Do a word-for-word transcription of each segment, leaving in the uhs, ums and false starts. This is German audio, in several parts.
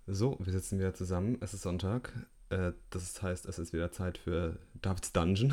So, wir sitzen wieder zusammen. Es ist Sonntag. Äh, das heißt, es ist wieder Zeit für Davids Dungeon.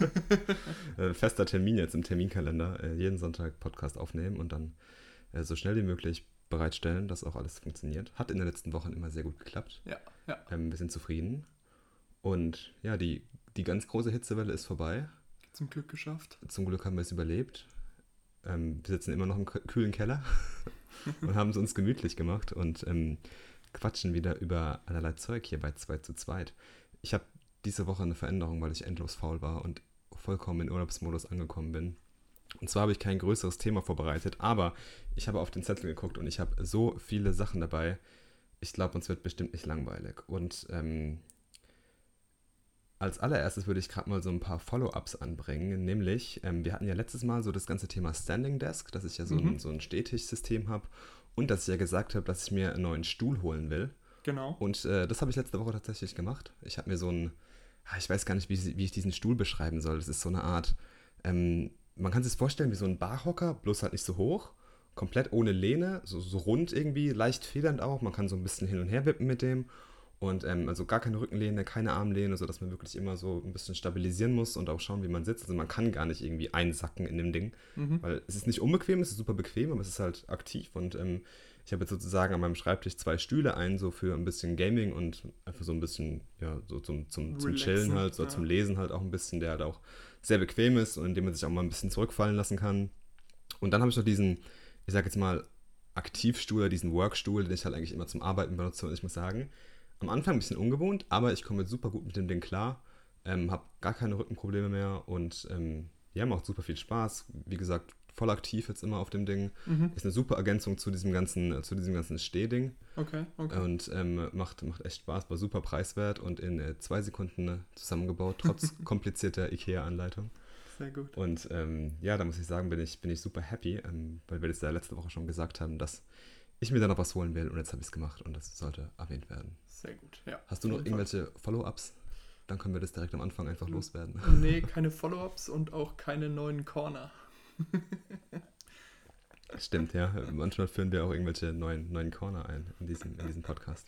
äh, fester Termin jetzt im Terminkalender. Äh, jeden Sonntag Podcast aufnehmen und dann äh, so schnell wie möglich bereitstellen, dass auch alles funktioniert. Hat in den letzten Wochen immer sehr gut geklappt. Ja, ja. Ähm, wir sind zufrieden. Und ja, die, die ganz große Hitzewelle ist vorbei. Zum Glück geschafft. Zum Glück haben wir es überlebt. Ähm, wir sitzen immer noch im kühlen Keller und haben es uns gemütlich gemacht und ähm, quatschen wieder über allerlei Zeug hier bei zwei zu zweit. Ich habe diese Woche eine Veränderung, weil ich endlos faul war und vollkommen in Urlaubsmodus angekommen bin. Und zwar habe ich kein größeres Thema vorbereitet, aber ich habe auf den Zettel geguckt und ich habe so viele Sachen dabei. Ich glaube, uns wird bestimmt nicht langweilig. Und ähm, als allererstes würde ich gerade mal so ein paar Follow-ups anbringen, nämlich, ähm, wir hatten ja letztes Mal so das ganze Thema Standing Desk, dass ich ja so Mhm. ein, so ein Stehtischsystem habe und dass ich ja gesagt habe, dass ich mir einen neuen Stuhl holen will. Genau. Und äh, das habe ich letzte Woche tatsächlich gemacht. Ich habe mir so einen, ah, ich weiß gar nicht, wie, wie ich diesen Stuhl beschreiben soll. Das ist so eine Art, ähm, man kann sich das vorstellen wie so ein Barhocker, bloß halt nicht so hoch, komplett ohne Lehne, so, so rund irgendwie, leicht federnd auch. Man kann so ein bisschen hin und her wippen mit dem. Und ähm, also gar keine Rückenlehne, keine Armlehne, sodass man wirklich immer so ein bisschen stabilisieren muss und auch schauen, wie man sitzt. Also man kann gar nicht irgendwie einsacken in dem Ding, Mhm. weil es ist nicht unbequem, es ist super bequem, aber es ist halt aktiv. Und ähm, ich habe jetzt sozusagen an meinem Schreibtisch zwei Stühle, einen so für ein bisschen Gaming und einfach so ein bisschen, ja, so zum, zum, zum Chillen Relaxen, halt, so ja. zum Lesen halt auch ein bisschen, der halt auch sehr bequem ist und in dem man sich auch mal ein bisschen zurückfallen lassen kann. Und dann habe ich noch diesen, ich sag jetzt mal, Aktivstuhl, diesen Workstuhl, den ich halt eigentlich immer zum Arbeiten benutze. Und ich muss sagen, am Anfang ein bisschen ungewohnt, aber ich komme jetzt super gut mit dem Ding klar. Ähm, habe gar keine Rückenprobleme mehr und ähm, ja, macht super viel Spaß. Wie gesagt, voll aktiv jetzt immer auf dem Ding. Mhm. Ist eine super Ergänzung zu diesem ganzen, äh, zu diesem ganzen Stehding Okay, okay. und ähm, macht, macht echt Spaß, war super preiswert und in äh, zwei Sekunden äh, zusammengebaut, trotz komplizierter IKEA-Anleitung. Sehr gut. Und ähm, ja, da muss ich sagen, bin ich, bin ich super happy, ähm, weil wir das ja letzte Woche schon gesagt haben, dass ich mir da noch was holen will und jetzt habe ich es gemacht und das sollte erwähnt werden. Sehr gut, ja. Hast du auf noch jeden Fall. irgendwelche Follow-ups? Dann können wir das direkt am Anfang einfach loswerden. Nee, keine Follow-ups und auch keine neuen Corner. Stimmt, ja. Manchmal führen wir auch irgendwelche neuen, neuen Corner ein in diesem, in diesem Podcast.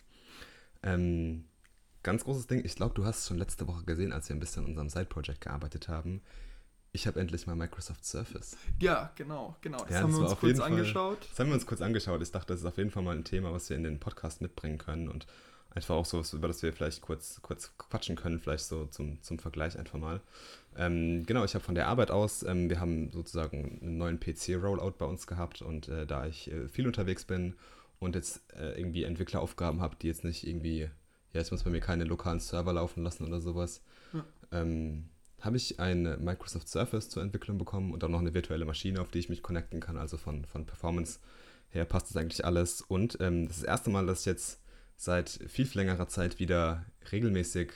Ähm, ganz großes Ding, ich glaube, du hast es schon letzte Woche gesehen, als wir ein bisschen an unserem Side-Project gearbeitet haben. Ich habe endlich mal Microsoft Surface. Ja, genau, genau. Das Ja, haben das wir war uns auf kurz jeden Fall- angeschaut. Das haben wir uns kurz angeschaut. Ich dachte, das ist auf jeden Fall mal ein Thema, was wir in den Podcast mitbringen können und einfach auch so, über das wir vielleicht kurz, kurz quatschen können, vielleicht so zum, zum Vergleich einfach mal. Ähm, genau, ich habe von der Arbeit aus, ähm, wir haben sozusagen einen neuen P C-Rollout bei uns gehabt und äh, da ich äh, viel unterwegs bin und jetzt äh, irgendwie Entwickleraufgaben habe, die jetzt nicht irgendwie, ja, jetzt muss bei mir keine lokalen Server laufen lassen oder sowas, Ja. ähm, habe ich eine Microsoft Surface zur Entwicklung bekommen und auch noch eine virtuelle Maschine, auf die ich mich connecten kann. Also von, von Performance her passt das eigentlich alles. Und ähm, das ist das erste Mal, dass ich jetzt seit viel, viel längerer Zeit wieder regelmäßig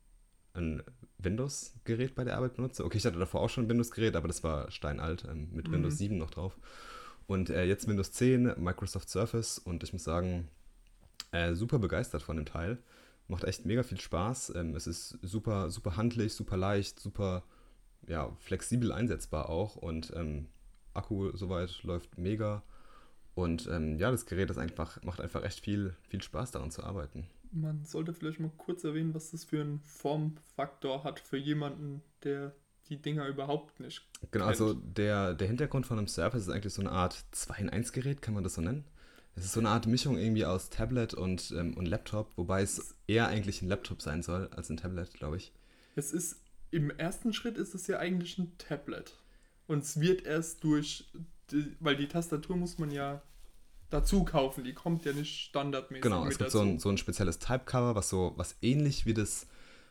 ein Windows-Gerät bei der Arbeit benutze. Okay, ich hatte davor auch schon ein Windows-Gerät, aber das war steinalt, ähm, mit Mhm. Windows sieben noch drauf. Und äh, jetzt Windows zehn, Microsoft Surface und ich muss sagen, äh, super begeistert von dem Teil. Macht echt mega viel Spaß. Ähm, es ist super, super handlich, super leicht, super ja, flexibel einsetzbar auch. Und ähm, Akku soweit läuft mega. Und ähm, ja, das Gerät ist einfach, macht einfach echt viel, viel Spaß daran zu arbeiten. Man sollte vielleicht mal kurz erwähnen, was das für einen Formfaktor hat für jemanden, der die Dinger überhaupt nicht Genau, kennt. also der, der Hintergrund von einem Surface ist eigentlich so eine Art zwei in eins Gerät, kann man das so nennen? Es ist so eine Art Mischung irgendwie aus Tablet und, ähm, und Laptop, wobei es eher eigentlich ein Laptop sein soll als ein Tablet, glaube ich. Es ist, im ersten Schritt ist es ja eigentlich ein Tablet. Und es wird erst durch, die, weil die Tastatur muss man ja dazu kaufen, die kommt ja nicht standardmäßig Genau, mit es gibt dazu. so ein, so ein spezielles Type-Cover, was so was ähnlich wie das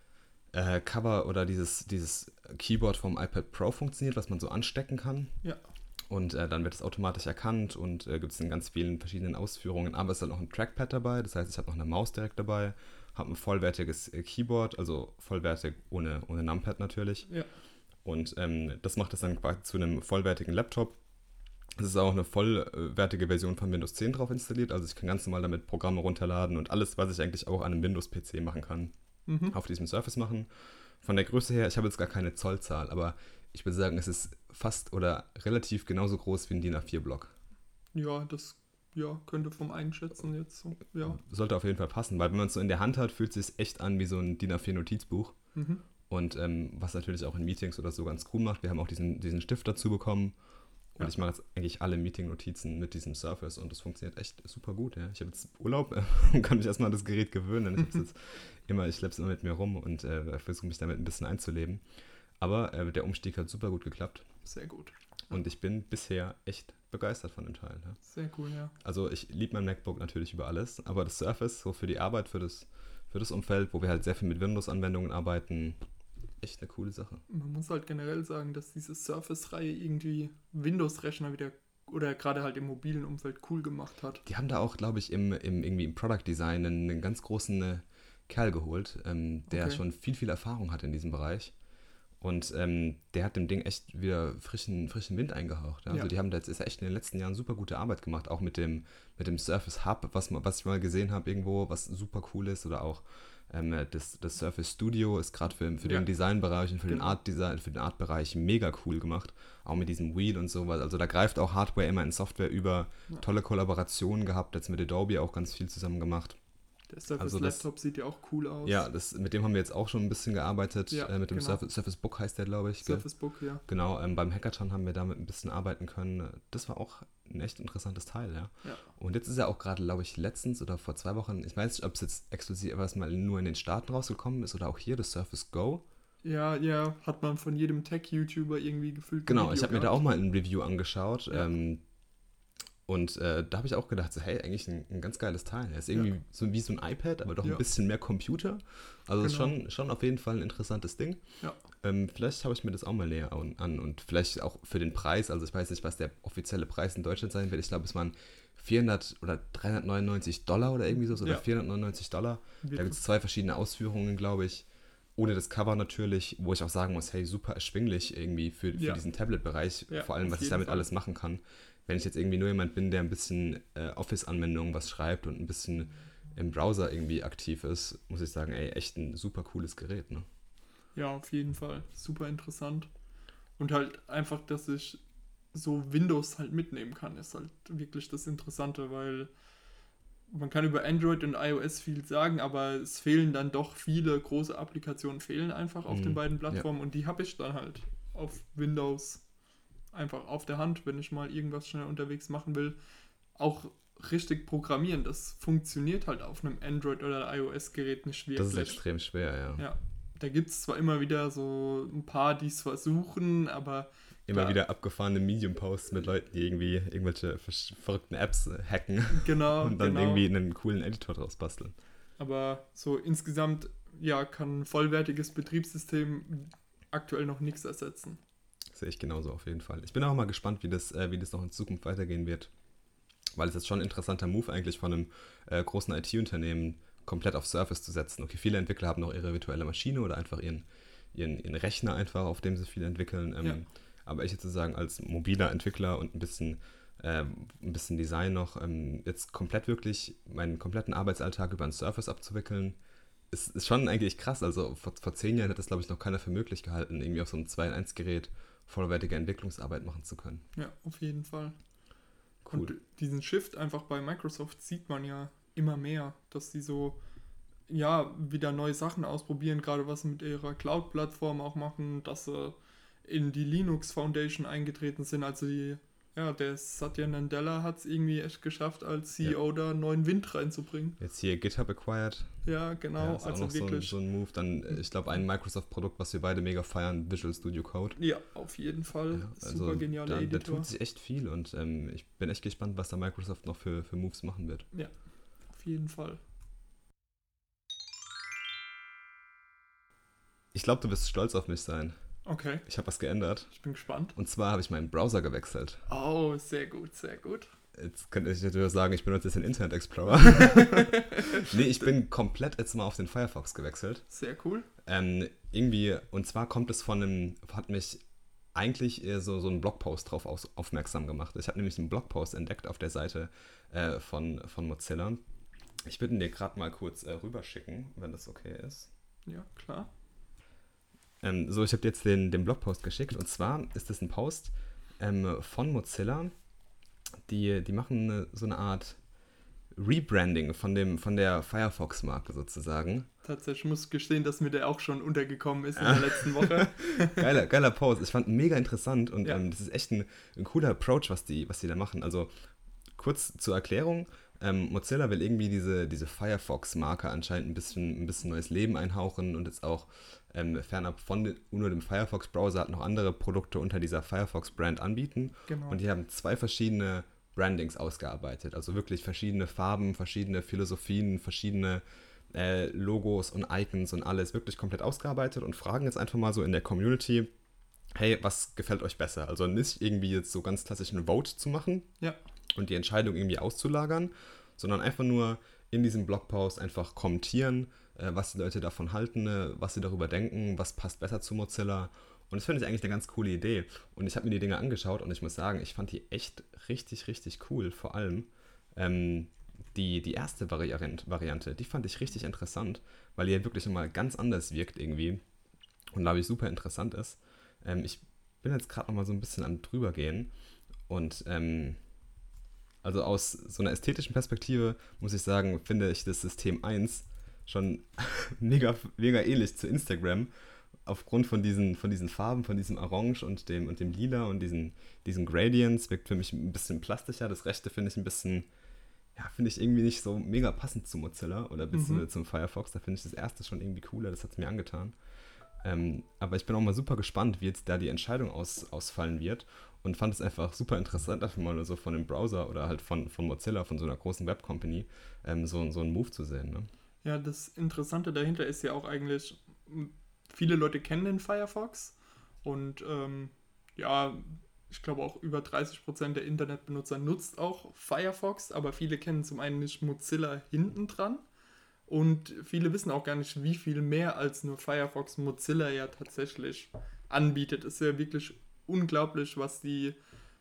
äh, Cover oder dieses, dieses Keyboard vom iPad Pro funktioniert, was man so anstecken kann. Ja, Und äh, dann wird es automatisch erkannt und äh, gibt es in ganz vielen verschiedenen Ausführungen. Aber es ist halt noch ein Trackpad dabei, das heißt, ich habe noch eine Maus direkt dabei, habe ein vollwertiges äh, Keyboard, also vollwertig ohne, ohne Numpad natürlich. ja. Und ähm, das macht es dann quasi zu einem vollwertigen Laptop. Es ist auch eine vollwertige Version von Windows zehn drauf installiert, also ich kann ganz normal damit Programme runterladen und alles, was ich eigentlich auch an einem Windows-P C machen kann, Mhm. auf diesem Surface machen. Von der Größe her, ich habe jetzt gar keine Zollzahl, aber ich würde sagen, es ist fast oder relativ genauso groß wie ein D I N A vier Block. Ja, das ja, könnte vom Einschätzen jetzt so, ja. Sollte auf jeden Fall passen, weil wenn man es so in der Hand hat, fühlt es sich echt an wie so ein D I N A vier Notizbuch. Mhm. Und ähm, was natürlich auch in Meetings oder so ganz cool macht, wir haben auch diesen, diesen Stift dazu bekommen. Und Ja. ich mache jetzt eigentlich alle Meeting-Notizen mit diesem Surface und das funktioniert echt super gut. Ja. Ich habe jetzt Urlaub und kann mich erstmal an das Gerät gewöhnen. Ich habe jetzt immer, ich schleppe es immer mit mir rum und äh, versuche mich damit ein bisschen einzuleben. Aber äh, der Umstieg hat super gut geklappt. Sehr gut. Und ich bin bisher echt begeistert von dem Teil. Ja. Sehr cool, ja. Also ich liebe mein MacBook natürlich über alles, aber das Surface, so für die Arbeit, für das, für das Umfeld, wo wir halt sehr viel mit Windows-Anwendungen arbeiten, echt eine coole Sache. Man muss halt generell sagen, dass diese Surface-Reihe irgendwie Windows-Rechner wieder oder gerade halt im mobilen Umfeld cool gemacht hat. Die haben da auch, glaube ich, im, im, irgendwie im Product Design einen, einen ganz großen äh, Kerl geholt, ähm, der Okay. schon viel, viel Erfahrung hat in diesem Bereich. Und ähm, der hat dem Ding echt wieder frischen, frischen Wind eingehaucht. Ja? Also Ja. die haben da jetzt ist echt in den letzten Jahren super gute Arbeit gemacht, auch mit dem, mit dem Surface Hub, was, man- was ich mal gesehen habe irgendwo, was super cool ist. Oder auch ähm, das, das Surface Studio ist gerade für, für Ja. den Designbereich und für den Genau. Art Design, für den Artbereich mega cool gemacht. Auch mit diesem Wheel und sowas. Also da greift auch Hardware immer in Software über. Ja. Tolle Kollaborationen gehabt, jetzt mit Adobe auch ganz viel zusammen gemacht. Der Surface Also das- Laptop sieht ja auch cool aus. Ja, das, mit dem haben wir jetzt auch schon ein bisschen gearbeitet. Ja, äh, mit dem genau. Surface, Surface Book heißt der, glaube ich. gell? Surface Book, ja. Genau, ähm, beim Hackathon haben wir damit ein bisschen arbeiten können. Das war auch ein echt interessantes Teil, ja. Ja. Und jetzt ist er auch gerade, glaube ich, letztens oder vor zwei Wochen, ich weiß nicht, ob es jetzt exklusiv erstmal nur in den Staaten rausgekommen ist oder auch hier, das Surface Go. Ja, ja, hat man von jedem Tech-YouTuber irgendwie gefühlt. ein Genau, Video ich habe mir da gehabt. auch mal ein Review angeschaut. Ja. Ähm, und äh, da habe ich auch gedacht, so, hey, eigentlich ein, ein ganz geiles Teil. Er ist irgendwie Ja. so wie so ein iPad, aber doch Ja. ein bisschen mehr Computer. Also ist Genau. schon, schon auf jeden Fall ein interessantes Ding. Ja. Ähm, vielleicht schaue ich mir das auch mal näher an, an und vielleicht auch für den Preis. Also ich weiß nicht, was der offizielle Preis in Deutschland sein wird. Ich glaube, es waren vierhundert oder dreihundertneunundneunzig Dollar oder irgendwie so, oder Ja. vierhundertneunundneunzig Dollar. Wird Da gibt es zwei verschiedene Ausführungen, glaube ich. Ohne das Cover natürlich, wo ich auch sagen muss, hey, super erschwinglich irgendwie für, für Ja. diesen Tablet-Bereich, Ja, vor allem, auf was ich jeden damit Fall. alles machen kann. Wenn ich jetzt irgendwie nur jemand bin, der ein bisschen äh, Office-Anwendungen was schreibt und ein bisschen im Browser irgendwie aktiv ist, muss ich sagen, ey, echt ein super cooles Gerät, ne? Ja, auf jeden Fall. Super interessant. Und halt einfach, dass ich so Windows halt mitnehmen kann, ist halt wirklich das Interessante, weil man kann über Android und iOS viel sagen, aber es fehlen dann doch viele große Applikationen, fehlen einfach auf Mhm, den beiden Plattformen und die habe ich dann halt auf Windows einfach auf der Hand, wenn ich mal irgendwas schnell unterwegs machen will. Auch richtig programmieren, das funktioniert halt auf einem Android- oder iOS-Gerät nicht wirklich. Das ist extrem schwer, ja. Ja, da gibt es zwar immer wieder so ein paar, die es versuchen, aber Immer klar, wieder abgefahrene Medium-Posts mit Leuten, die irgendwie irgendwelche versch- verrückten Apps äh, hacken genau, und dann genau. irgendwie einen coolen Editor draus basteln. Aber so insgesamt, ja, kann ein vollwertiges Betriebssystem aktuell noch nichts ersetzen. Sehe ich genauso auf jeden Fall. Ich bin auch mal gespannt, wie das, äh, wie das noch in Zukunft weitergehen wird. Weil es ist schon ein interessanter Move eigentlich von einem äh, großen I T-Unternehmen komplett auf Surface zu setzen. Okay, viele Entwickler haben noch ihre virtuelle Maschine oder einfach ihren, ihren, ihren Rechner einfach, auf dem sie viel entwickeln. Ähm, Ja. Aber ich jetzt sozusagen als mobiler Entwickler und ein bisschen, ähm, ein bisschen Design noch, ähm, jetzt komplett wirklich meinen kompletten Arbeitsalltag über einen Surface abzuwickeln, ist, ist schon eigentlich krass. Also vor, vor zehn Jahren hat das, glaube ich, noch keiner für möglich gehalten, irgendwie auf so einem zwei in eins Gerät vollwertige Entwicklungsarbeit machen zu können. Ja, auf jeden Fall. Cool. Und diesen Shift einfach bei Microsoft sieht man ja immer mehr, dass die so, ja, wieder neue Sachen ausprobieren, gerade was sie mit ihrer Cloud-Plattform auch machen, dass sie in die Linux Foundation eingetreten sind. Also die, ja, der Satya Nadella hat es irgendwie echt geschafft, als C E O da neuen Wind reinzubringen. Jetzt hier GitHub acquired. Ja, genau, Ja, ist auch also noch so ein, wirklich. so ein Move. Dann, äh, ich glaube, ein Microsoft-Produkt, was wir beide mega feiern, Visual Studio Code. Ja, auf jeden Fall. Ja, also Super genialer da, da Editor. tut sich echt viel und ähm, ich bin echt gespannt, was da Microsoft noch für, für Moves machen wird. Auf jeden Fall. Ich glaube, du wirst stolz auf mich sein. Okay, Ich habe was geändert. ich bin gespannt. Und zwar habe ich meinen Browser gewechselt. Oh, sehr gut, sehr gut. Jetzt könnte ich natürlich sagen, ich benutze jetzt den Internet Explorer. Nee, ich bin komplett jetzt mal auf den Firefox gewechselt. Sehr cool. Ähm, irgendwie, und zwar kommt es von einem, hat mich eigentlich eher so, so ein Blogpost drauf aus, aufmerksam gemacht. Ich habe nämlich einen Blogpost entdeckt auf der Seite äh, von, von Mozilla. Ich würde ihn dir gerade mal kurz äh, rüberschicken, wenn das okay ist. Ja, klar. Ähm, so, ich habe dir jetzt den, den Blogpost geschickt und zwar ist das ein Post ähm, von Mozilla, die, die machen eine, so eine Art Rebranding von, dem, von der Firefox-Marke sozusagen. Tatsächlich muss ich gestehen, dass mir der auch schon untergekommen ist in der letzten Woche. geiler, geiler Post. Ich fand ihn mega interessant und Ja. ähm, das ist echt ein, ein cooler Approach, was die, was die da machen. Also kurz zur Erklärung. Ähm, Mozilla will irgendwie diese, diese Firefox-Marke anscheinend ein bisschen, ein bisschen neues Leben einhauchen und jetzt auch ähm, fernab von de, nur dem Firefox-Browser hat noch andere Produkte unter dieser Firefox-Brand anbieten. Genau. Und die haben zwei verschiedene Brandings ausgearbeitet. Also wirklich verschiedene Farben, verschiedene Philosophien, verschiedene äh, Logos und Icons und alles wirklich komplett ausgearbeitet und fragen jetzt einfach mal so in der Community, hey, was gefällt euch besser? Also nicht irgendwie jetzt so ganz klassischen Vote zu machen. Ja. Und die Entscheidung irgendwie auszulagern, sondern einfach nur in diesem Blogpost einfach kommentieren, äh, was die Leute davon halten, äh, was sie darüber denken, was passt besser zu Mozilla. Und das finde ich eigentlich eine ganz coole Idee. Und ich habe mir die Dinge angeschaut und ich muss sagen, ich fand die echt richtig, richtig cool. Vor allem ähm, die, die erste Variante, Variante, die fand ich richtig interessant, weil die ja wirklich nochmal ganz anders wirkt irgendwie und glaube ich super interessant ist. Ähm, ich bin jetzt gerade nochmal so ein bisschen am drübergehen und ähm, also aus so einer ästhetischen Perspektive, muss ich sagen, finde ich das System eins schon mega, mega ähnlich zu Instagram. Aufgrund von diesen, von diesen Farben, von diesem Orange und dem, und dem Lila und diesen, diesen Gradients wirkt für mich ein bisschen plastischer. Das rechte finde ich ein bisschen, ja, finde ich irgendwie nicht so mega passend zu Mozilla oder beziehungsweise Mhm. zum Firefox. Da finde ich das erste schon irgendwie cooler, das hat es mir angetan. Ähm, aber ich bin auch mal super gespannt, wie jetzt da die Entscheidung aus, ausfallen wird und fand es einfach super interessant, einfach mal so von dem Browser oder halt von, von Mozilla, von so einer großen Web-Company, ähm, so, so einen Move zu sehen. Ne? Ja, das Interessante dahinter ist ja auch eigentlich, m, viele Leute kennen den Firefox und ähm, ja, ich glaube auch über dreißig Prozent der Internetbenutzer nutzt auch Firefox, aber viele kennen zum einen nicht Mozilla hinten dran und viele wissen auch gar nicht, wie viel mehr als nur Firefox Mozilla ja tatsächlich anbietet. Es ist ja wirklich unglaublich, was die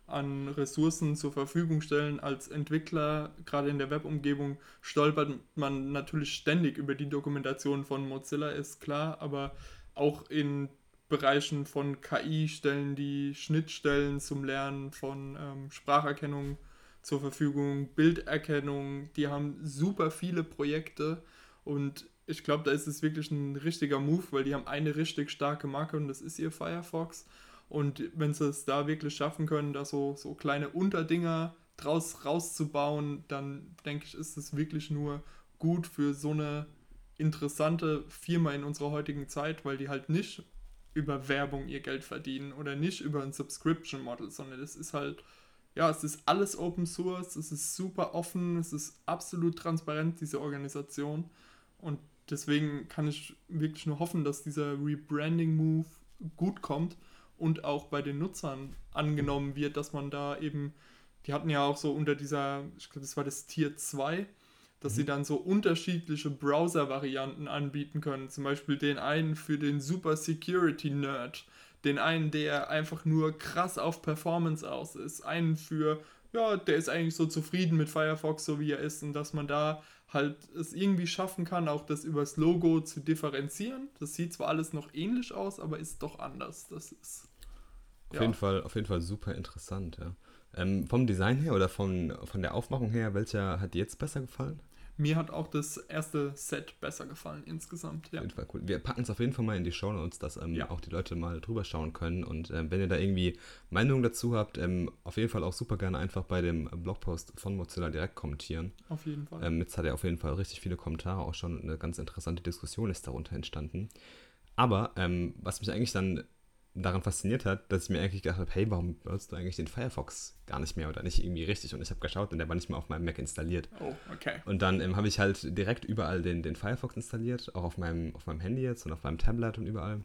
an Ressourcen zur Verfügung stellen. Als Entwickler, gerade in der Webumgebung, stolpert man natürlich ständig über die Dokumentation von Mozilla, ist klar, aber auch in Bereichen von K I stellen die Schnittstellen zum Lernen von ähm, Spracherkennung zur Verfügung, Bilderkennung, die haben super viele Projekte und ich glaube, da ist es wirklich ein richtiger Move, weil die haben eine richtig starke Marke und das ist ihr Firefox. Und wenn sie es da wirklich schaffen können, da so, so kleine Unterdinger draus rauszubauen, dann denke ich, ist es wirklich nur gut für so eine interessante Firma in unserer heutigen Zeit, weil die halt nicht über Werbung ihr Geld verdienen oder nicht über ein Subscription Model, sondern es ist halt, ja, es ist alles Open Source, es ist super offen, es ist absolut transparent, diese Organisation. Und deswegen kann ich wirklich nur hoffen, dass dieser Rebranding-Move gut kommt und auch bei den Nutzern angenommen wird, dass man da eben, die hatten ja auch so unter dieser, ich glaube, das war das Tier zwei, dass sie Mhm. dann so unterschiedliche Browser-Varianten anbieten können. Zum Beispiel den einen für den Super Security Nerd, den einen, der einfach nur krass auf Performance aus ist, einen für, ja, der ist eigentlich so zufrieden mit Firefox, so wie er ist, und dass man da halt es irgendwie schaffen kann, auch das übers Logo zu differenzieren. Das sieht zwar alles noch ähnlich aus, aber ist doch anders. Das ist, Auf ja, jeden Fall, auf jeden Fall super interessant, ja. Ähm, vom Design her oder von, von der Aufmachung her, welcher hat dir jetzt besser gefallen? mir hat auch das erste Set besser gefallen insgesamt, Auf ja. jeden Fall cool. Wir packen es auf jeden Fall mal in die Shownotes, dass ähm, Ja, auch die Leute mal drüber schauen können. Und ähm, wenn ihr da irgendwie Meinungen dazu habt, ähm, auf jeden Fall auch super gerne einfach bei dem Blogpost von Mozilla direkt kommentieren. auf jeden Fall. Ähm, jetzt hat er auf jeden Fall richtig viele Kommentare, auch schon eine ganz interessante Diskussion ist darunter entstanden. Aber ähm, was mich eigentlich dann daran fasziniert hat, dass ich mir eigentlich gedacht habe, hey, warum benutzt du eigentlich den Firefox gar nicht mehr oder nicht irgendwie richtig? Und ich habe geschaut und der war nicht mal auf meinem Mac installiert. Oh, okay. Und dann ähm, habe ich halt direkt überall den, den Firefox installiert, auch auf meinem, auf meinem Handy jetzt und auf meinem Tablet und überall.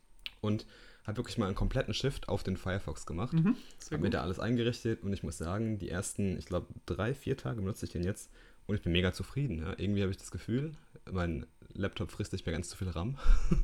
Und habe wirklich mal einen kompletten Shift auf den Firefox gemacht. Mhm, sehr Habe mir gut. da alles eingerichtet und ich muss sagen, die ersten, ich glaube, drei, vier Tage benutze ich den jetzt und ich bin mega zufrieden. Ja. Irgendwie habe ich das Gefühl, mein Laptop frisst nicht mehr ganz zu viel RAM.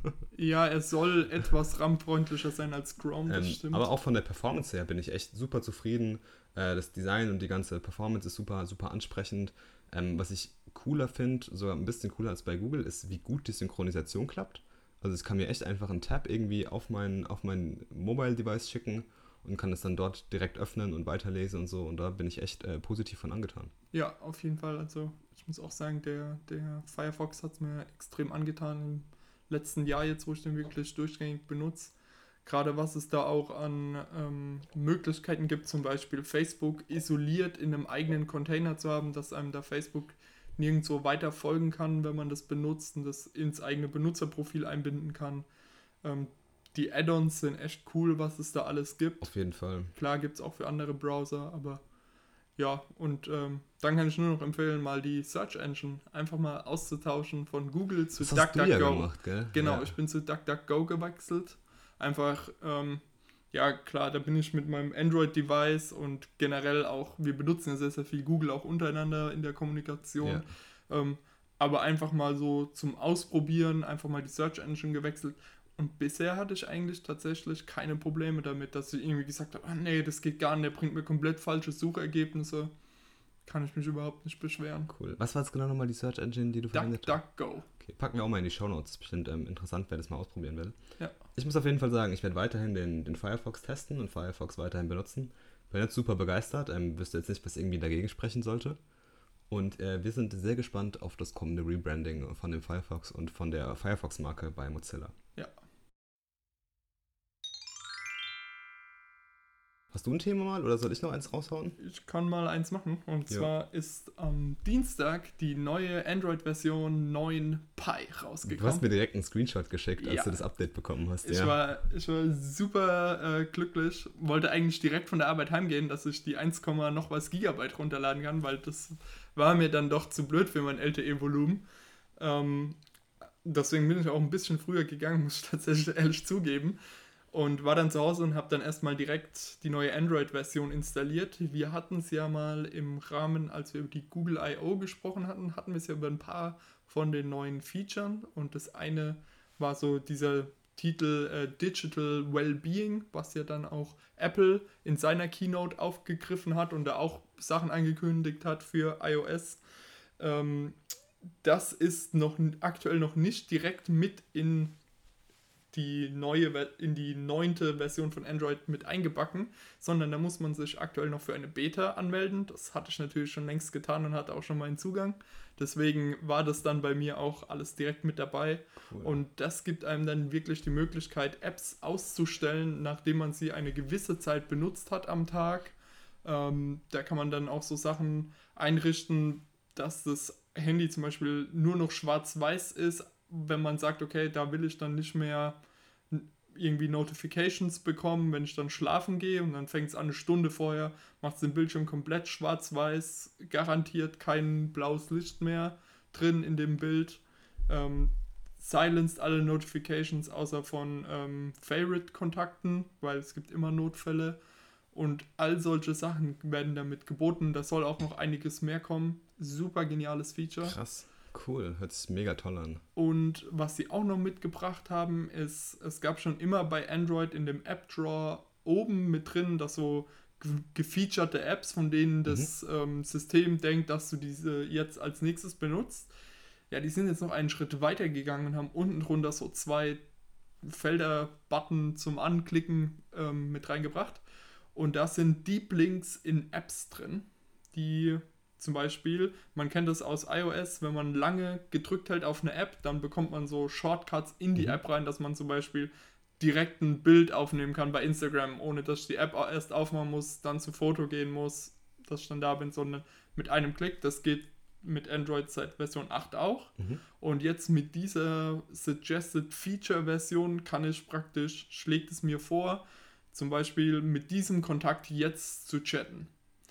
Ja, er soll etwas RAM-freundlicher sein als Chrome, das Ähm, stimmt. aber auch von der Performance her bin ich echt super zufrieden. Äh, das Design und die ganze Performance ist super, super ansprechend. Ähm, was ich cooler finde, sogar ein bisschen cooler als bei Google, ist, wie gut die Synchronisation klappt. Also es kann mir echt einfach einen Tab irgendwie auf mein, auf mein Mobile-Device schicken und kann es dann dort direkt öffnen und weiterlesen und so. Und da bin ich echt äh, positiv von angetan. Ja, auf jeden Fall. Also ich muss auch sagen, der, der Firefox hat es mir extrem angetan im letzten Jahr jetzt, wo ich den wirklich durchgängig benutze. Gerade was es da auch an ähm, Möglichkeiten gibt, zum Beispiel Facebook isoliert in einem eigenen Container zu haben, dass einem da Facebook nirgendwo weiter folgen kann, wenn man das benutzt und das ins eigene Benutzerprofil einbinden kann. Ähm, die Add-ons sind echt cool, was es da alles gibt. Auf jeden Fall. Klar gibt es auch für andere Browser, aber ja, und ähm, dann kann ich nur noch empfehlen, mal die Search Engine einfach mal auszutauschen von Google zu Das hast du ja DuckDuckGo. gemacht, gell? Genau, Ja. ich bin zu DuckDuckGo gewechselt. Einfach, ähm, ja klar, da bin ich mit meinem Android-Device und generell auch, wir benutzen ja sehr, sehr viel Google auch untereinander in der Kommunikation. Ja. Ähm, aber einfach mal so zum Ausprobieren, einfach mal die Search Engine gewechselt. Und bisher hatte ich eigentlich tatsächlich keine Probleme damit, dass ich irgendwie gesagt habe, ah, nee, das geht gar nicht, der bringt mir komplett falsche Suchergebnisse. Kann ich mich überhaupt nicht beschweren. Cool. Was war jetzt genau nochmal die Search Engine, die du verwendet hast? DuckDuckGo. Okay, packen wir auch mal in die Shownotes. Ist bestimmt ähm, interessant, wer das mal ausprobieren will. Ja. Ich muss auf jeden Fall sagen, ich werde weiterhin den, den Firefox testen und Firefox weiterhin benutzen. Bin jetzt super begeistert. Ähm, wüsste jetzt nicht, was irgendwie dagegen sprechen sollte. Und äh, wir sind sehr gespannt auf das kommende Rebranding von dem Firefox und von der Firefox-Marke bei Mozilla. Ja. Hast du ein Thema mal oder soll ich noch eins raushauen? Ich kann mal eins machen. Und Ja. zwar ist am Dienstag die neue Android-Version neun Pi rausgekommen. Du hast mir direkt einen Screenshot geschickt, als Ja. du das Update bekommen hast. Ich, ja. war, ich war super äh, glücklich. Wollte eigentlich direkt von der Arbeit heimgehen, dass ich die eins, noch was Gigabyte runterladen kann, weil das war mir dann doch zu blöd für mein L T E-Volumen. Ähm, deswegen bin ich auch ein bisschen früher gegangen, muss ich tatsächlich ehrlich zugeben. Und war dann zu Hause und habe dann erstmal direkt die neue Android-Version installiert. Wir hatten es ja mal im Rahmen, als wir über die Google I O gesprochen hatten, hatten wir es ja über ein paar von den neuen Features. Und das eine war so dieser Titel äh, Digital Wellbeing, was ja dann auch Apple in seiner Keynote aufgegriffen hat und da auch Sachen angekündigt hat für iOS. Ähm, das ist noch aktuell noch nicht direkt mit in die neue, in die neunte Version von Android mit eingebacken, sondern da muss man sich aktuell noch für eine Beta anmelden. Das hatte ich natürlich schon längst getan und hatte auch schon meinen Zugang. Deswegen war das dann bei mir auch alles direkt mit dabei. Cool. Und das gibt einem dann wirklich die Möglichkeit, Apps auszustellen, nachdem man sie eine gewisse Zeit benutzt hat am Tag. Ähm, da kann man dann auch so Sachen einrichten, dass das Handy zum Beispiel nur noch schwarz-weiß ist, wenn man sagt, okay, da will ich dann nicht mehr irgendwie Notifications bekommen, wenn ich dann schlafen gehe und dann fängt es an eine Stunde vorher, macht es den Bildschirm komplett schwarz-weiß, garantiert kein blaues Licht mehr drin in dem Bild, ähm, silenced alle Notifications außer von ähm, Favorite-Kontakten, weil es gibt immer Notfälle und all solche Sachen werden damit geboten, da soll auch noch einiges mehr kommen, super geniales Feature. Krass. Cool, hört sich mega toll an. Und was sie auch noch mitgebracht haben, ist, es gab schon immer bei Android in dem App-Drawer oben mit drin, dass so gefeaturete Apps, von denen das mhm. ähm, System denkt, dass du diese jetzt als nächstes benutzt. Ja, die sind jetzt noch einen Schritt weiter gegangen und haben unten drunter so zwei Felder-Button zum Anklicken ähm, mit reingebracht. Und da sind Deep Links in Apps drin, die... Zum Beispiel, man kennt das aus iOS, wenn man lange gedrückt hält auf eine App, dann bekommt man so Shortcuts in die mhm. App rein, dass man zum Beispiel direkt ein Bild aufnehmen kann bei Instagram, ohne dass ich die App erst aufmachen muss, dann zu Foto gehen muss, dass ich dann da bin, sondern mit einem Klick. Das geht mit Android seit Version acht auch. Mhm. Und jetzt mit dieser Suggested Feature Version kann ich praktisch, schlägt es mir vor, zum Beispiel mit diesem Kontakt jetzt zu chatten.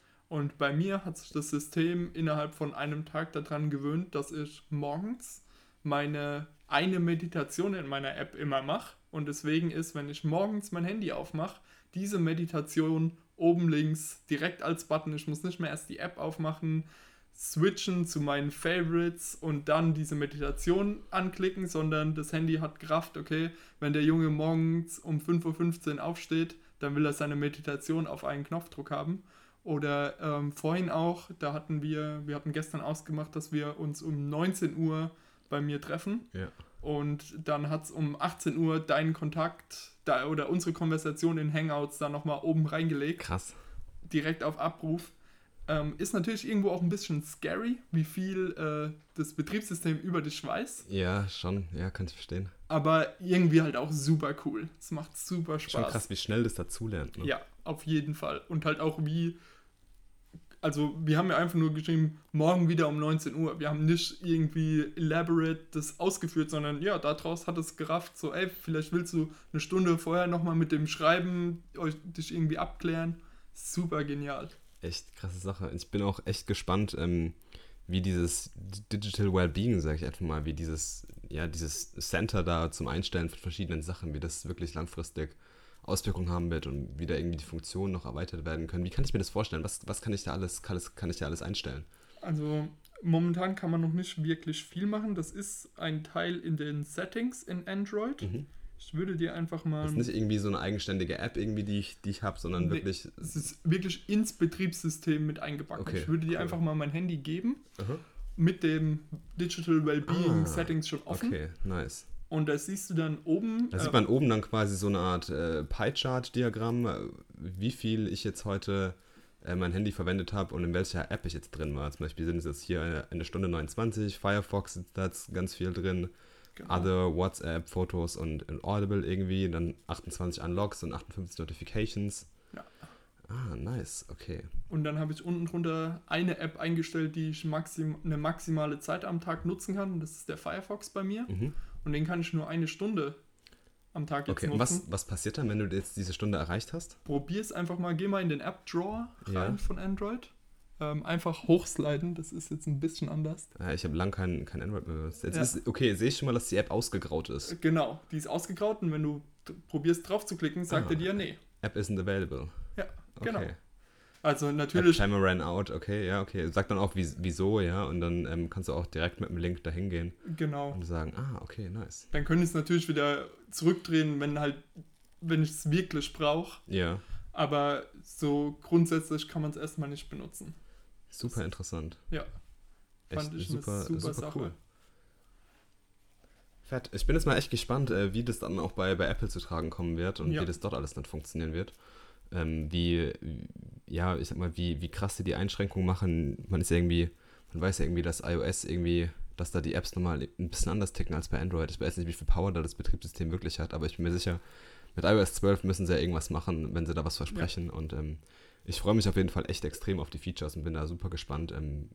Und bei mir hat sich das System innerhalb von einem Tag daran gewöhnt, dass ich morgens meine eine Meditation in meiner App immer mache. Und deswegen ist, wenn ich morgens mein Handy aufmache, diese Meditation oben links direkt als Button. Ich muss nicht mehr erst die App aufmachen, switchen zu meinen Favorites und dann diese Meditation anklicken, sondern das Handy hat Kraft, okay, wenn der Junge morgens um fünf Uhr fünfzehn aufsteht, dann will er seine Meditation auf einen Knopfdruck haben. Oder ähm, vorhin auch, da hatten wir, wir hatten gestern ausgemacht, dass wir uns um neunzehn Uhr bei mir treffen. Ja. und dann hat es um achtzehn Uhr deinen Kontakt da, oder unsere Konversation in Hangouts da nochmal oben reingelegt. Krass. Direkt auf Abruf. Ähm, ist natürlich irgendwo auch ein bisschen scary, wie viel äh, das Betriebssystem über dich weiß. Ja, schon. Ja, kann ich verstehen. Aber irgendwie halt auch super cool. Es macht super Spaß. Schon krass, wie schnell das dazulernt. Ne? Ja, auf jeden Fall. Und halt auch wie, also wir haben ja einfach nur geschrieben, morgen wieder um neunzehn Uhr. Wir haben nicht irgendwie elaborate das ausgeführt, sondern ja, daraus hat es gerafft, so ey, vielleicht willst du eine Stunde vorher nochmal mit dem Schreiben euch, dich irgendwie abklären. Super genial. Echt krasse Sache. Ich bin auch echt gespannt, ähm, wie dieses Digital Wellbeing, sag ich einfach mal, wie dieses, ja, dieses Center da zum Einstellen von verschiedenen Sachen, wie das wirklich langfristig Auswirkungen haben wird und wie da irgendwie die Funktionen noch erweitert werden können. Wie kann ich mir das vorstellen? Was, was kann ich da alles, kann, kann ich da alles einstellen? Also momentan kann man noch nicht wirklich viel machen. Das ist ein Teil in den Settings in Android. Mhm. Ich würde dir einfach mal... Das ist nicht irgendwie so eine eigenständige App, irgendwie, die ich, die ich habe, sondern Nee, wirklich... Es ist wirklich ins Betriebssystem mit eingebacken. Okay, ich würde dir cool. einfach mal mein Handy geben, Aha. mit dem Digital Wellbeing Ah, Settings schon offen. Okay, nice. Und da siehst du dann oben... Da äh, sieht man oben dann quasi so eine Art äh, Pie-Chart-Diagramm, äh, wie viel ich jetzt heute äh, mein Handy verwendet habe und in welcher App ich jetzt drin war. Zum Beispiel sind es jetzt hier eine, eine Stunde neunundzwanzig, Firefox ist da jetzt ganz viel drin, genau. Other, WhatsApp, Fotos und, und Audible irgendwie, dann achtundzwanzig Unlocks und achtundfünfzig Notifications. Ja. Ah, nice, okay. Und dann habe ich unten drunter eine App eingestellt, die ich maxim, eine maximale Zeit am Tag nutzen kann. Und das ist der Firefox bei mir. Mhm. Und den kann ich nur eine Stunde am Tag jetzt Okay, und nutzen. was, was passiert dann, wenn du jetzt diese Stunde erreicht hast? Probier es einfach mal. Geh mal in den App-Drawer rein Ja. von Android. Ähm, einfach hochsliden. Das ist jetzt ein bisschen anders. Äh, ich habe lang kein, kein Android mehr benutzt. Jetzt Ja. ist, okay, sehe ich schon mal, dass die App ausgegraut ist. Genau, die ist ausgegraut. Und wenn du d- probierst drauf zu klicken, sagt Ah. er dir nee. App isn't available. Ja, genau. Okay. Also App natürlich... Timer ran out, okay, ja, okay. Sag dann auch, wie, wieso, ja, und dann ähm, kannst du auch direkt mit dem Link dahin gehen Genau. und sagen, ah, okay, nice. Dann könnte ich es natürlich wieder zurückdrehen, wenn halt, wenn ich es wirklich brauche. Ja, Aber so grundsätzlich kann man es erstmal nicht benutzen. super interessant. Ja, fand Echt ich eine super, super super Sache. cool. Fett. Ich bin jetzt mal echt gespannt, äh, wie das dann auch bei, bei Apple zu tragen kommen wird und Ja. wie das dort alles dann funktionieren wird. Ähm, wie, ja, ich sag mal, wie, wie krass die die Einschränkungen machen. Man ist ja irgendwie, man weiß ja irgendwie, dass iOS irgendwie, dass da die Apps nochmal ein bisschen anders ticken als bei Android. Ich weiß nicht, wie viel Power da das Betriebssystem wirklich hat, aber ich bin mir sicher, mit iOS zwölf müssen sie ja irgendwas machen, wenn sie da was versprechen. Und ähm, ich freue mich auf jeden Fall echt extrem auf die Features und bin da super gespannt, ähm,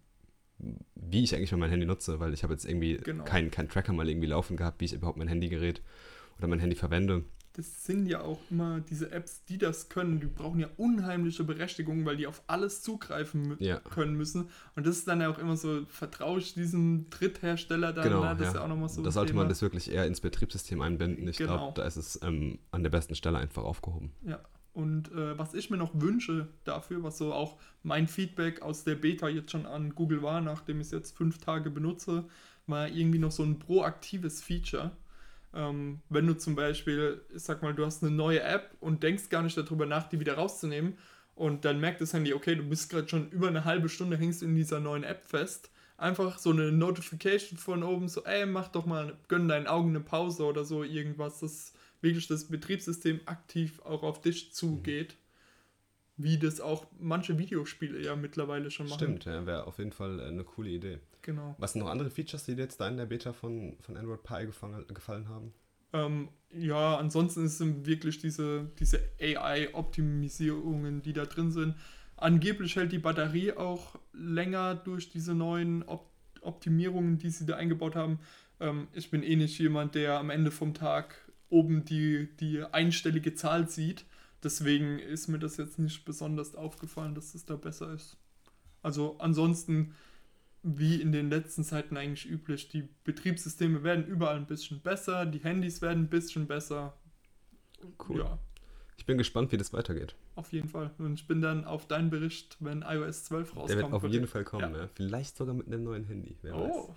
wie ich eigentlich mal mein Handy nutze, weil ich habe jetzt irgendwie Genau. keinen kein Tracker mal irgendwie laufen gehabt, wie ich überhaupt mein Handygerät oder mein Handy verwende. Das sind ja auch immer diese Apps, die das können. Die brauchen ja unheimliche Berechtigungen, weil die auf alles zugreifen mü- Ja. können müssen. Und das ist dann ja auch immer so, vertraue ich diesem Dritthersteller dann? Genau, ne? Das ja. ist ja auch nochmal so da ein sollte Thema. man das wirklich eher ins Betriebssystem einbinden. Ich Genau. glaube, da ist es ähm, an der besten Stelle einfach aufgehoben. Ja, und äh, was ich mir noch wünsche dafür, was so auch mein Feedback aus der Beta jetzt schon an Google war, nachdem ich es jetzt fünf Tage benutze, war irgendwie noch so ein proaktives Feature. Ähm, wenn du zum Beispiel, ich sag mal, du hast eine neue App und denkst gar nicht darüber nach, die wieder rauszunehmen und dann merkt das Handy, okay, du bist gerade schon über eine halbe Stunde, hängst in dieser neuen App fest. Einfach so eine Notification von oben, so, ey, mach doch mal, gönn deinen Augen eine Pause oder so, irgendwas, dass wirklich das Betriebssystem aktiv auch auf dich zugeht. Wie das auch manche Videospiele ja mittlerweile schon machen. Stimmt, ja, wäre auf jeden Fall äh, eine coole Idee. Genau. Was sind noch andere Features, die dir jetzt da in der Beta von, von Android Pie gefallen, gefallen haben? Ähm, ja, ansonsten sind wirklich diese, diese A I-Optimisierungen, die da drin sind. Angeblich hält die Batterie auch länger durch diese neuen Op Optimierungen, die sie da eingebaut haben. Ähm, ich bin eh nicht jemand, der am Ende vom Tag oben die, die einstellige Zahl sieht. Deswegen ist mir das jetzt nicht besonders aufgefallen, dass es da besser ist. Also ansonsten, wie in den letzten Zeiten eigentlich üblich, die Betriebssysteme werden überall ein bisschen besser, die Handys werden ein bisschen besser. Cool. Ja, Ich bin gespannt, wie das weitergeht. auf jeden Fall. Und ich bin dann auf deinen Bericht, wenn iOS zwölf rauskommt. Der wird auf bitte. jeden Fall kommen, Ja. ja. Vielleicht sogar mit einem neuen Handy, wer weiß. Oh.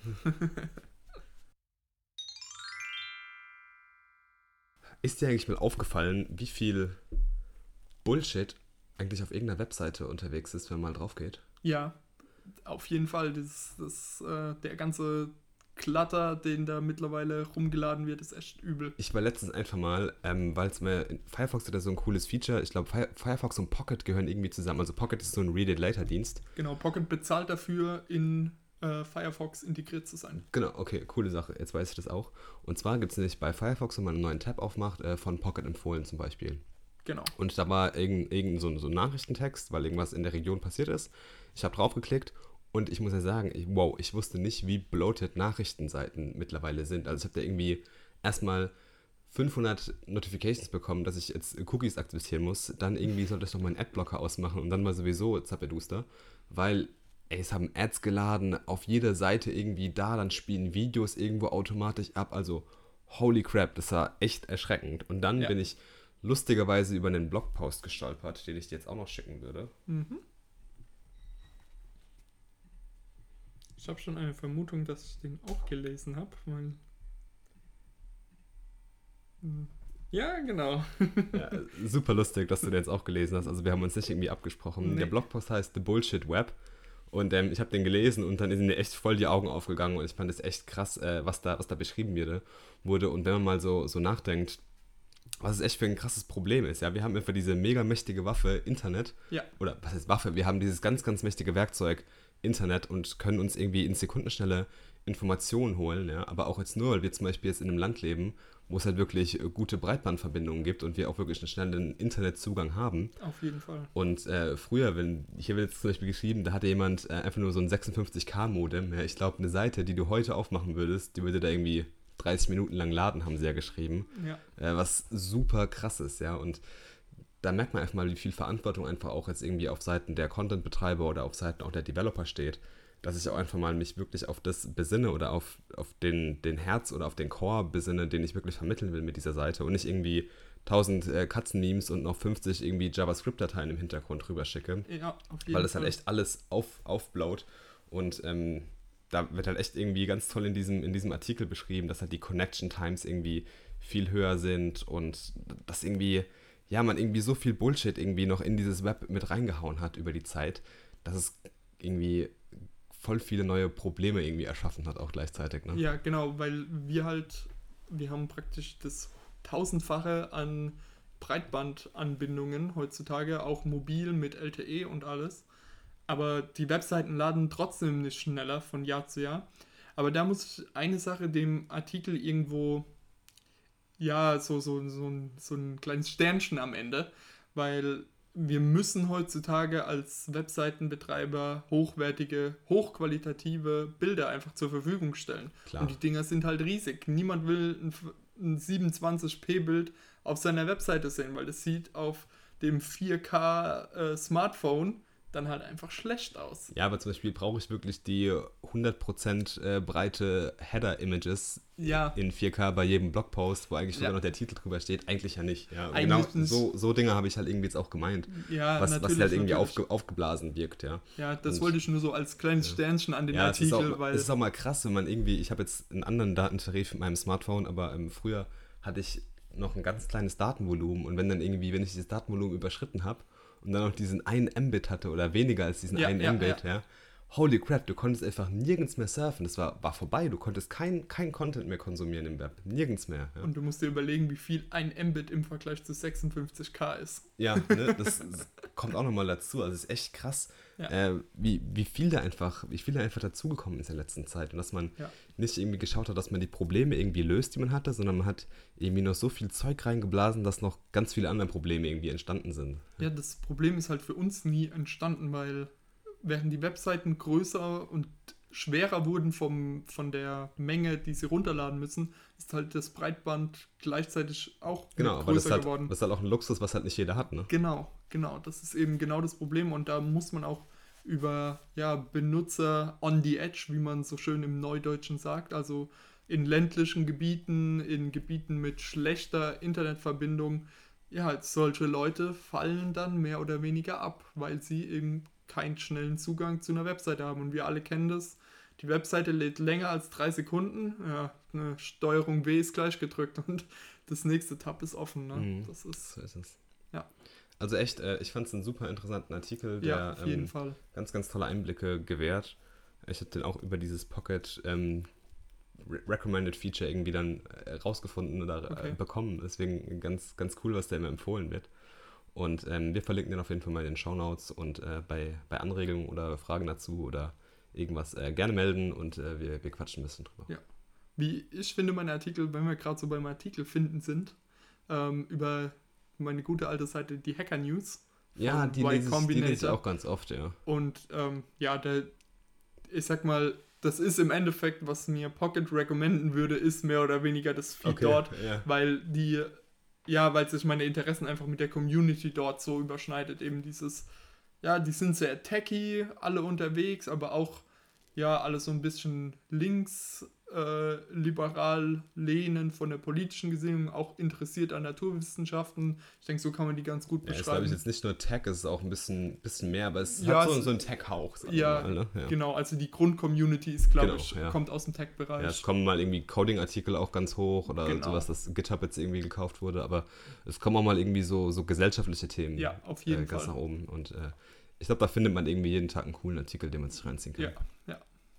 Ist dir eigentlich mal aufgefallen, wie viel Bullshit eigentlich auf irgendeiner Webseite unterwegs ist, wenn man mal drauf geht? Ja, auf jeden Fall. Das, das, äh, der ganze Clutter, den da mittlerweile rumgeladen wird, ist echt übel. Ich war letztens einfach mal, ähm, weil es mir, Firefox hat ja so ein cooles Feature, ich glaube Fire, Firefox und Pocket gehören irgendwie zusammen, also Pocket ist so ein Read-It-Later-Dienst. Genau, Pocket bezahlt dafür, in äh, Firefox integriert zu sein. Genau, okay, coole Sache, jetzt weiß ich das auch. Und zwar gibt es nämlich bei Firefox, wenn man einen neuen Tab aufmacht, äh, von Pocket empfohlen zum Beispiel. Genau. Und da war irgendein, irgendein so, so ein Nachrichtentext, weil irgendwas in der Region passiert ist. Ich habe draufgeklickt und ich muss ja sagen, ich, wow, ich wusste nicht, wie bloated Nachrichtenseiten mittlerweile sind. Also ich habe da irgendwie erstmal fünfhundert Notifications bekommen, dass ich jetzt Cookies akzeptieren muss. Dann irgendwie sollte ich noch meinen Adblocker ausmachen und dann mal sowieso Zappeduster. Weil, ey, es haben Ads geladen, auf jeder Seite irgendwie da, dann spielen Videos irgendwo automatisch ab. Also, holy crap, das war echt erschreckend. Und dann Ja. bin ich lustigerweise über einen Blogpost gestolpert, den ich dir jetzt auch noch schicken würde. Mhm. Ich habe schon eine Vermutung, dass ich den auch gelesen habe, weil... Ja, genau. Ja, super lustig, dass du den jetzt auch gelesen hast. Also wir haben uns nicht irgendwie abgesprochen. Nee. Der Blogpost heißt The Bullshit Web. Und ähm, ich habe den gelesen und dann sind mir echt voll die Augen aufgegangen und ich fand es echt krass, äh, was, da, was da beschrieben wurde, wurde. Und wenn man mal so, so nachdenkt, was es echt für ein krasses Problem ist. Ja, wir haben einfach diese mega mächtige Waffe Internet. Ja. Oder was heißt Waffe? Wir haben dieses ganz, ganz mächtige Werkzeug Internet und können uns irgendwie in Sekundenschnelle Informationen holen. Ja? Aber auch jetzt nur, weil wir zum Beispiel jetzt in einem Land leben, wo es halt wirklich gute Breitbandverbindungen gibt und wir auch wirklich einen schnellen Internetzugang haben. Auf jeden Fall. Und äh, früher, wenn hier wird jetzt zum Beispiel geschrieben, da hatte jemand äh, einfach nur so ein sechsundfünfzig K Modem. Ja, ich glaube, eine Seite, die du heute aufmachen würdest, die würde da irgendwie dreißig Minuten lang laden, haben sie ja geschrieben. Ja. Äh, was super krass ist, ja. Und da merkt man einfach mal, wie viel Verantwortung einfach auch jetzt irgendwie auf Seiten der Content-Betreiber oder auf Seiten auch der Developer steht, dass ich auch einfach mal mich wirklich auf das besinne oder auf, auf den, den Herz oder auf den Core besinne, den ich wirklich vermitteln will mit dieser Seite und nicht irgendwie tausend äh, Katzen-Memes und noch fünfzig irgendwie JavaScript-Dateien im Hintergrund rüber schicke. Ja, auf jeden Weil das Fall. halt echt alles auf, aufblaut und ähm, da wird halt echt irgendwie ganz toll in diesem, in diesem Artikel beschrieben, dass halt die Connection Times irgendwie viel höher sind und dass irgendwie, ja, man irgendwie so viel Bullshit irgendwie noch in dieses Web mit reingehauen hat über die Zeit, dass es irgendwie voll viele neue Probleme irgendwie erschaffen hat, auch gleichzeitig, ne? Ja, genau, weil wir halt, wir haben praktisch das tausendfache an Breitbandanbindungen heutzutage, auch mobil mit L T E und alles. Aber die Webseiten laden trotzdem nicht schneller von Jahr zu Jahr. Aber da muss ich eine Sache dem Artikel irgendwo, ja, so, so, so, ein, so ein kleines Sternchen am Ende, weil wir müssen heutzutage als Webseitenbetreiber hochwertige, hochqualitative Bilder einfach zur Verfügung stellen. Klar. Und die Dinger sind halt riesig. Niemand will ein, ein siebenundzwanzig p Bild auf seiner Webseite sehen, weil das sieht auf dem vier K äh, Smartphone dann halt einfach schlecht aus. Ja, aber zum Beispiel brauche ich wirklich die hundert Prozent äh, breite Header-Images Ja. in vier K bei jedem Blogpost, wo eigentlich sogar Ja. noch der Titel drüber steht. Eigentlich ja nicht. Ja, und Eigentlich genau nicht. so, so Dinge habe ich halt irgendwie jetzt auch gemeint. Ja, was, natürlich, was halt irgendwie natürlich. aufge, aufgeblasen wirkt, ja. Ja, das Und- wollte ich nur so als kleines Sternchen an den Ja, es ist, Artikel, auch, weil... es ist auch mal krass, wenn man irgendwie, ich habe jetzt einen anderen Datentarif mit meinem Smartphone, aber ähm, früher hatte ich noch ein ganz kleines Datenvolumen und wenn dann irgendwie, wenn ich dieses Datenvolumen überschritten habe und dann noch diesen einen Mbit hatte oder weniger als diesen Ja, einen ja, Mbit, ja. ja. Holy crap, du konntest einfach nirgends mehr surfen, das war, war vorbei, du konntest kein, kein Content mehr konsumieren im Web, nirgends mehr. Ja, Und du musst dir überlegen, wie viel ein Mbit im Vergleich zu sechsundfünfzig K ist. ja ne, das, das kommt auch nochmal dazu, also es ist echt krass, Ja. äh, wie, wie viel da einfach, wie viel da einfach dazugekommen ist in der letzten Zeit und dass man Ja. nicht irgendwie geschaut hat, dass man die Probleme irgendwie löst, die man hatte, sondern man hat irgendwie noch so viel Zeug reingeblasen, dass noch ganz viele andere Probleme irgendwie entstanden sind. Ja, das Problem ist halt für uns nie entstanden, weil während die Webseiten größer und schwerer wurden vom, von der Menge, die sie runterladen müssen, ist halt das Breitband gleichzeitig auch Genau, mit aber das größer ist, halt, geworden. das ist halt auch ein Luxus, was halt nicht jeder hat, ne? Genau, genau. Das ist eben genau das Problem und da muss man auch über ja, Benutzer on the edge, wie man so schön im Neudeutschen sagt, also in ländlichen Gebieten, in Gebieten mit schlechter Internetverbindung, ja, solche Leute fallen dann mehr oder weniger ab, weil sie eben keinen schnellen Zugang zu einer Webseite haben. Und wir alle kennen das. Die Webseite lädt länger als drei Sekunden. Ja, eine Steuerung W ist gleich gedrückt und das nächste Tab ist offen. Ne? Mhm. Das ist, So ist es. ja. Also echt, äh, ich fand es einen super interessanten Artikel, der Ja, auf jeden ähm, Fall. ganz, ganz tolle Einblicke gewährt. Ich habe den auch über dieses Pocket ähm, Re- Recommended Feature irgendwie dann äh, rausgefunden oder Okay. äh, bekommen. Deswegen ganz, ganz cool, was da immer empfohlen wird. Und ähm, wir verlinken den auf jeden Fall mal in den Shownotes und äh, bei, bei Anregungen oder Fragen dazu oder irgendwas äh, gerne melden und äh, wir, wir quatschen ein bisschen drüber. Ja. Wie ich finde, meine Artikel, wenn wir gerade so beim Artikel finden sind, ähm, über meine gute alte Seite, die Hacker News. Ja, von die Y lese, ich, die lese ich Combinator. auch ganz oft, ja. Und ähm, ja, der, ich sag mal, das ist im Endeffekt, was mir Pocket recommenden würde, ist mehr oder weniger das Feed dort, ja. weil die, ja, weil sich meine Interessen einfach mit der Community dort so überschneidet. Eben dieses, ja, die sind sehr techy, alle unterwegs, aber auch, ja, alles so ein bisschen links, äh, liberal lehnen von der politischen Gesinnung, auch interessiert an Naturwissenschaften. Ich denke, so kann man die ganz gut Ja, ist, glaube beschreiben. ich, jetzt nicht nur Tech, es ist auch ein bisschen, bisschen mehr, aber es Ja, hat so, es- so einen Tech-Hauch, sagen Ja, wir mal, ne? Ja. genau, also die Grund-Community ist, glaube Genau, ich, ja. kommt aus dem Ja, Tech-Bereich. es kommen mal irgendwie Coding-Artikel auch ganz hoch oder Genau. sowas, dass GitHub jetzt irgendwie gekauft wurde, aber es kommen auch mal irgendwie so, so gesellschaftliche Themen Ja, auf jeden äh, ganz Fall. nach oben und äh, ich glaube, da findet man irgendwie jeden Tag einen coolen Artikel, den man sich reinziehen kann. Ja, ja.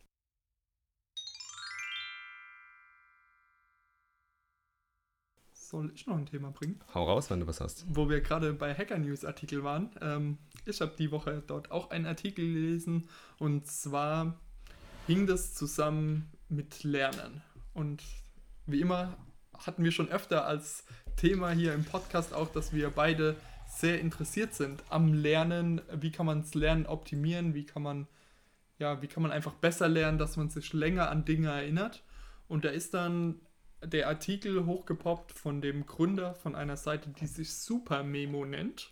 Soll ich noch ein Thema bringen? Hau raus, wenn du was hast. Wo wir gerade bei Hacker News Artikel waren. Ähm, ich habe die Woche dort auch einen Artikel gelesen und zwar hing das zusammen mit Lernen. Und wie immer hatten wir schon öfter als Thema hier im Podcast auch, dass wir beide sehr interessiert sind am Lernen. Wie kann man das Lernen optimieren? Wie kann man, ja, wie kann man einfach besser lernen, dass man sich länger an Dinge erinnert? Und da ist dann der Artikel hochgepoppt von dem Gründer von einer Seite, die sich Supermemo nennt.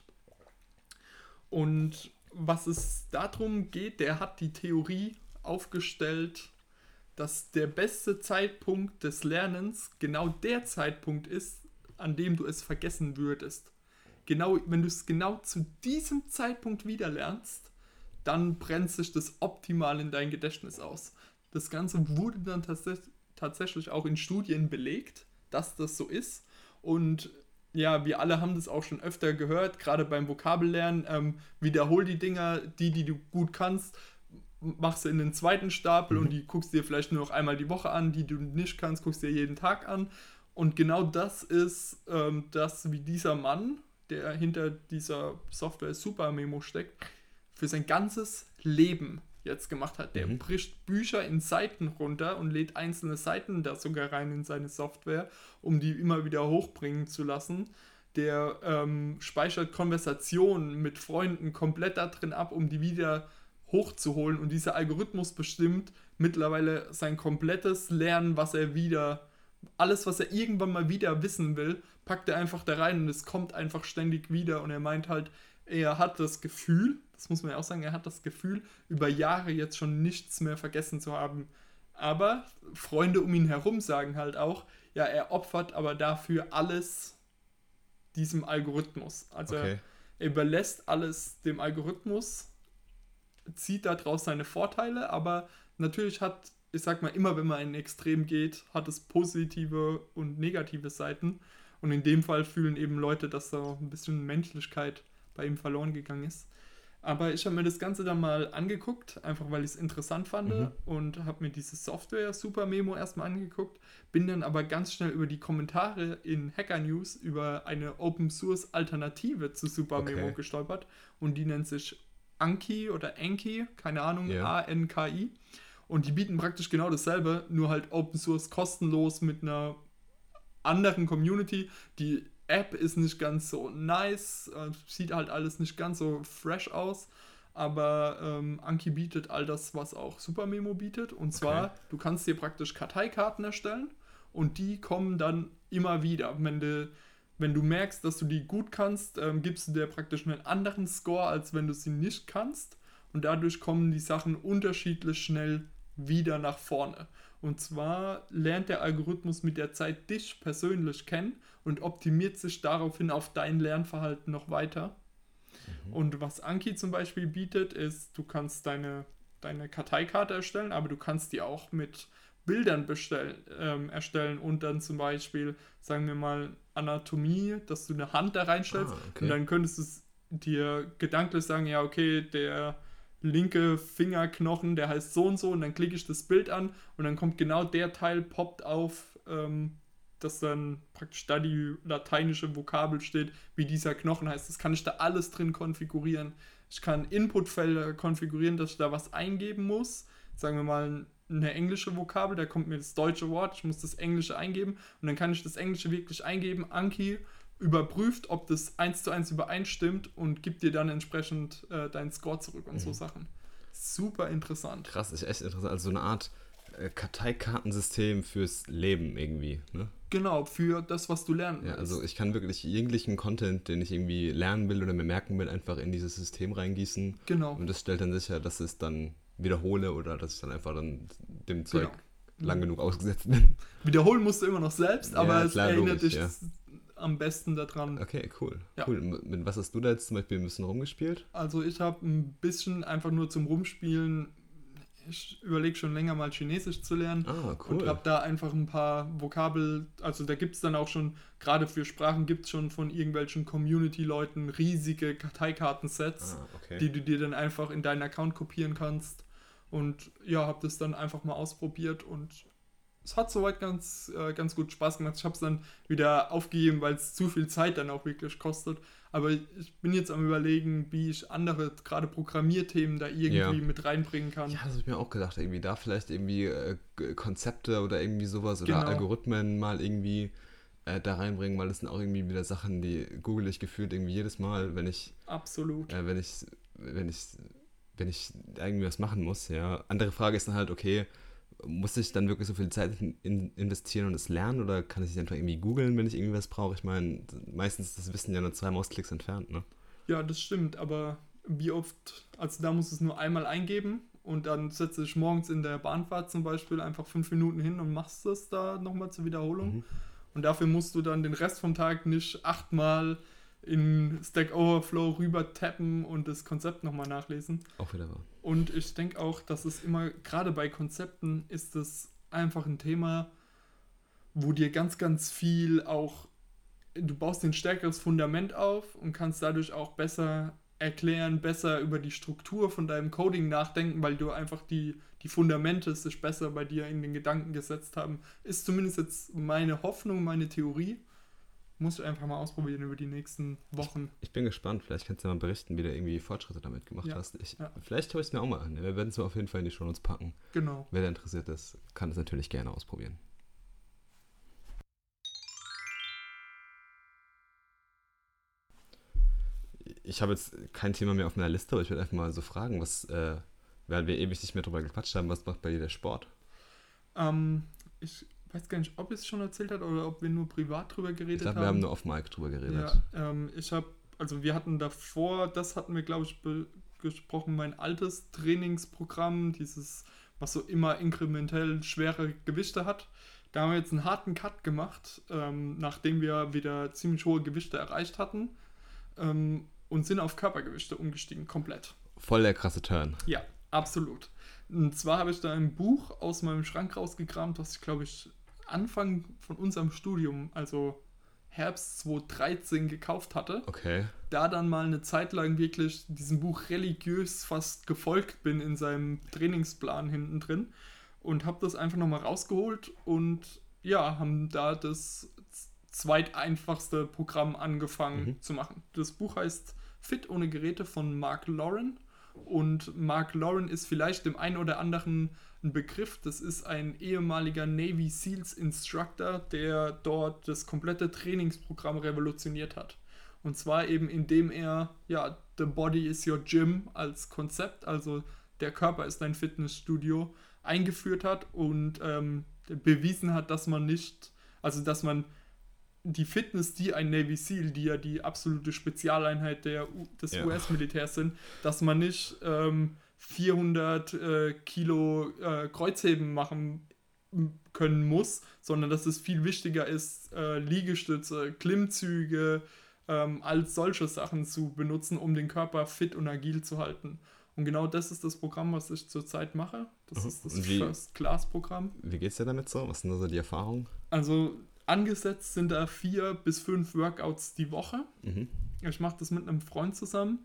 Und was es darum geht, der hat die Theorie aufgestellt, dass der beste Zeitpunkt des Lernens genau der Zeitpunkt ist, an dem du es vergessen würdest. Genau, wenn du es genau zu diesem Zeitpunkt wieder lernst, dann brennt sich das optimal in dein Gedächtnis aus. Das Ganze wurde dann tatsächlich tatsächlich auch in Studien belegt, dass das so ist. Und ja, wir alle haben das auch schon öfter gehört, gerade beim Vokabellernen. Ähm, wiederhol die Dinger, die, die du gut kannst, machst du in den zweiten Stapel Mhm. und die guckst dir vielleicht nur noch einmal die Woche an, die du nicht kannst, guckst dir jeden Tag an. Und genau das ist ähm, das, wie dieser Mann, der hinter dieser Software Supermemo steckt, für sein ganzes Leben jetzt gemacht hat. Der Mhm. bricht Bücher in Seiten runter und lädt einzelne Seiten da sogar rein in seine Software, um die immer wieder hochbringen zu lassen. Der ähm, speichert Konversationen mit Freunden komplett da drin ab, um die wieder hochzuholen. Und dieser Algorithmus bestimmt mittlerweile sein komplettes Lernen, was er wieder, alles, was er irgendwann mal wieder wissen will, packt er einfach da rein und es kommt einfach ständig wieder. Und er meint halt, er hat das Gefühl, das muss man ja auch sagen, er hat das Gefühl, über Jahre jetzt schon nichts mehr vergessen zu haben. Aber Freunde um ihn herum sagen halt auch, ja, er opfert aber dafür alles diesem Algorithmus. Also Okay. er überlässt alles dem Algorithmus, zieht daraus seine Vorteile, aber natürlich hat, ich sag mal, immer wenn man in ein Extrem geht, hat es positive und negative Seiten. Und in dem Fall fühlen eben Leute, dass da ein bisschen Menschlichkeit bei ihm verloren gegangen ist. Aber ich habe mir das Ganze dann mal angeguckt, einfach weil ich es interessant fand Mhm. und habe mir diese Software Supermemo erstmal angeguckt, bin dann aber ganz schnell über die Kommentare in Hacker News über eine Open Source Alternative zu Supermemo Okay. gestolpert und die nennt sich Anki oder Anki, keine Ahnung, Ja. A N K I. Und die bieten praktisch genau dasselbe, nur halt Open Source kostenlos mit einer anderen Community. Die App ist nicht ganz so nice, äh, sieht halt alles nicht ganz so fresh aus, aber ähm, Anki bietet all das, was auch Supermemo bietet. Und zwar, Okay. du kannst dir praktisch Karteikarten erstellen und die kommen dann immer wieder. Wenn du, wenn du merkst, dass du die gut kannst, ähm, gibst du dir praktisch einen anderen Score, als wenn du sie nicht kannst. Und dadurch kommen die Sachen unterschiedlich schnell wieder nach vorne. Und zwar lernt der Algorithmus mit der Zeit dich persönlich kennen und optimiert sich daraufhin auf dein Lernverhalten noch weiter. Mhm. Und was Anki zum Beispiel bietet, ist, du kannst deine, deine Karteikarte erstellen, aber du kannst die auch mit Bildern bestellen, ähm, erstellen und dann zum Beispiel, sagen wir mal, Anatomie, dass du eine Hand da reinstellst Ah, okay. und dann könntest du es dir gedanklich sagen, ja, okay, der linke Fingerknochen, der heißt so und so und dann klicke ich das Bild an und dann kommt genau der Teil, poppt auf, ähm, dass dann praktisch da die lateinische Vokabel steht, wie dieser Knochen heißt. Das kann ich da alles drin konfigurieren. Ich kann Inputfelder konfigurieren, dass ich da was eingeben muss. Sagen wir mal eine englische Vokabel, da kommt mir das deutsche Wort, ich muss das Englische eingeben und dann kann ich das Englische wirklich eingeben. Anki überprüft, ob das eins zu eins übereinstimmt und gibt dir dann entsprechend äh, deinen Score zurück und mhm. so Sachen. Super interessant. Krass, ist echt interessant. Also so eine Art äh, Karteikartensystem fürs Leben irgendwie, ne? Genau, für das, was du lernen willst. Ja, also ich kann wirklich jeglichen Content, den ich irgendwie lernen will oder mir merken will, einfach in dieses System reingießen. Genau. Und das stellt dann sicher, dass ich es dann wiederhole oder dass ich dann einfach dann dem Zeug genau. lang genug ausgesetzt bin. Wiederholen musst du immer noch selbst, aber ja, es klar, erinnert logisch, dich ja. am besten daran. Okay, cool. Ja. cool. Mit was hast du da jetzt zum Beispiel ein bisschen rumgespielt? Also ich habe ein bisschen einfach nur zum Rumspielen, ich überlege schon länger mal Chinesisch zu lernen ah, cool. und habe da einfach ein paar Vokabel, also da gibt es dann auch schon, gerade für Sprachen gibt es schon von irgendwelchen Community-Leuten riesige Karteikartensets, ah, okay. die du dir dann einfach in deinen Account kopieren kannst und ja, habe das dann einfach mal ausprobiert und es hat soweit ganz, äh, ganz gut Spaß gemacht. Ich habe es dann wieder aufgegeben, weil es zu viel Zeit dann auch wirklich kostet. Aber ich bin jetzt am Überlegen, wie ich andere, gerade Programmierthemen da irgendwie ja. mit reinbringen kann. Ja, das habe ich mir auch gedacht. Irgendwie da vielleicht irgendwie äh, Konzepte oder irgendwie sowas oder genau. Algorithmen mal irgendwie äh, da reinbringen, weil das sind auch irgendwie wieder Sachen, die google ich gefühlt irgendwie jedes Mal, wenn ich absolut äh, wenn ich wenn ich wenn ich irgendwie was machen muss. Ja. Andere Frage ist dann halt, okay, muss ich dann wirklich so viel Zeit in, investieren und es lernen oder kann ich einfach irgendwie googeln, wenn ich irgendwie was brauche? Ich meine, meistens ist das Wissen ja nur zwei Mausklicks entfernt, ne? Ja, das stimmt, aber wie oft, also da musst du es nur einmal eingeben und dann setze ich morgens in der Bahnfahrt zum Beispiel einfach fünf Minuten hin und machst das da nochmal zur Wiederholung. Mhm. Und dafür musst du dann den Rest vom Tag nicht achtmal in Stack Overflow rüber tappen und das Konzept nochmal nachlesen. Auch wieder wahr. Und ich denke auch, dass es immer, gerade bei Konzepten ist es einfach ein Thema, wo dir ganz, ganz viel auch, du baust ein stärkeres Fundament auf und kannst dadurch auch besser erklären, besser über die Struktur von deinem Coding nachdenken, weil du einfach die, die Fundamente sich besser bei dir in den Gedanken gesetzt haben. Ist zumindest jetzt meine Hoffnung, meine Theorie. Muss ich einfach mal ausprobieren über die nächsten Wochen. Ich bin gespannt. Vielleicht kannst du mal berichten, wie du irgendwie Fortschritte damit gemacht ja. hast. Ich, ja. Vielleicht höre ich es mir auch mal an. Wir werden es auf jeden Fall in die Shownotes packen. Genau. Wer da interessiert ist, kann es natürlich gerne ausprobieren. Ich habe jetzt kein Thema mehr auf meiner Liste, aber ich würde einfach mal so fragen, was, äh, weil wir ewig nicht mehr drüber gequatscht haben, was macht bei dir der Sport? Ähm, ich weiß gar nicht, ob ich es schon erzählt hat oder ob wir nur privat drüber geredet ich glaub, haben. Wir haben nur auf Mic drüber geredet. Ja, ähm, ich habe, also wir hatten davor, das hatten wir, glaube ich, be- gesprochen, mein altes Trainingsprogramm, dieses, was so immer inkrementell schwere Gewichte hat. Da haben wir jetzt einen harten Cut gemacht, ähm, nachdem wir wieder ziemlich hohe Gewichte erreicht hatten ähm, und sind auf Körpergewichte umgestiegen, komplett. Voll der krasse Turn. Ja, absolut. Und zwar habe ich da ein Buch aus meinem Schrank rausgekramt, was ich, glaube ich, Anfang von unserem Studium, also Herbst zweitausenddreizehn, gekauft hatte. Okay. Da dann mal eine Zeit lang wirklich diesem Buch religiös fast gefolgt bin in seinem Trainingsplan hinten drin und habe das einfach nochmal rausgeholt und ja, haben da das zweiteinfachste Programm angefangen mhm. zu machen. Das Buch heißt Fit ohne Geräte von Mark Lauren. Und Mark Lauren ist vielleicht dem einen oder anderen ein Begriff. Das ist ein ehemaliger Navy Seals Instructor, der dort das komplette Trainingsprogramm revolutioniert hat. Und zwar eben indem er, ja, The Body is your gym als Konzept, also der Körper ist dein Fitnessstudio, eingeführt hat und ähm, bewiesen hat, dass man nicht, also dass man die Fitness, die ein Navy Seal, die ja die absolute Spezialeinheit der, des ja. U S-Militärs sind, dass man nicht ähm, vierhundert äh, Kilo äh, Kreuzheben machen können muss, sondern dass es viel wichtiger ist, äh, Liegestütze, Klimmzüge, ähm, als solche Sachen zu benutzen, um den Körper fit und agil zu halten. Und genau das ist das Programm, was ich zurzeit mache. Das mhm. ist das First-Class-Programm. Wie geht's dir damit so? Was sind da so die Erfahrungen? Also angesetzt sind da vier bis fünf Workouts die Woche. Mhm. Ich mache das mit einem Freund zusammen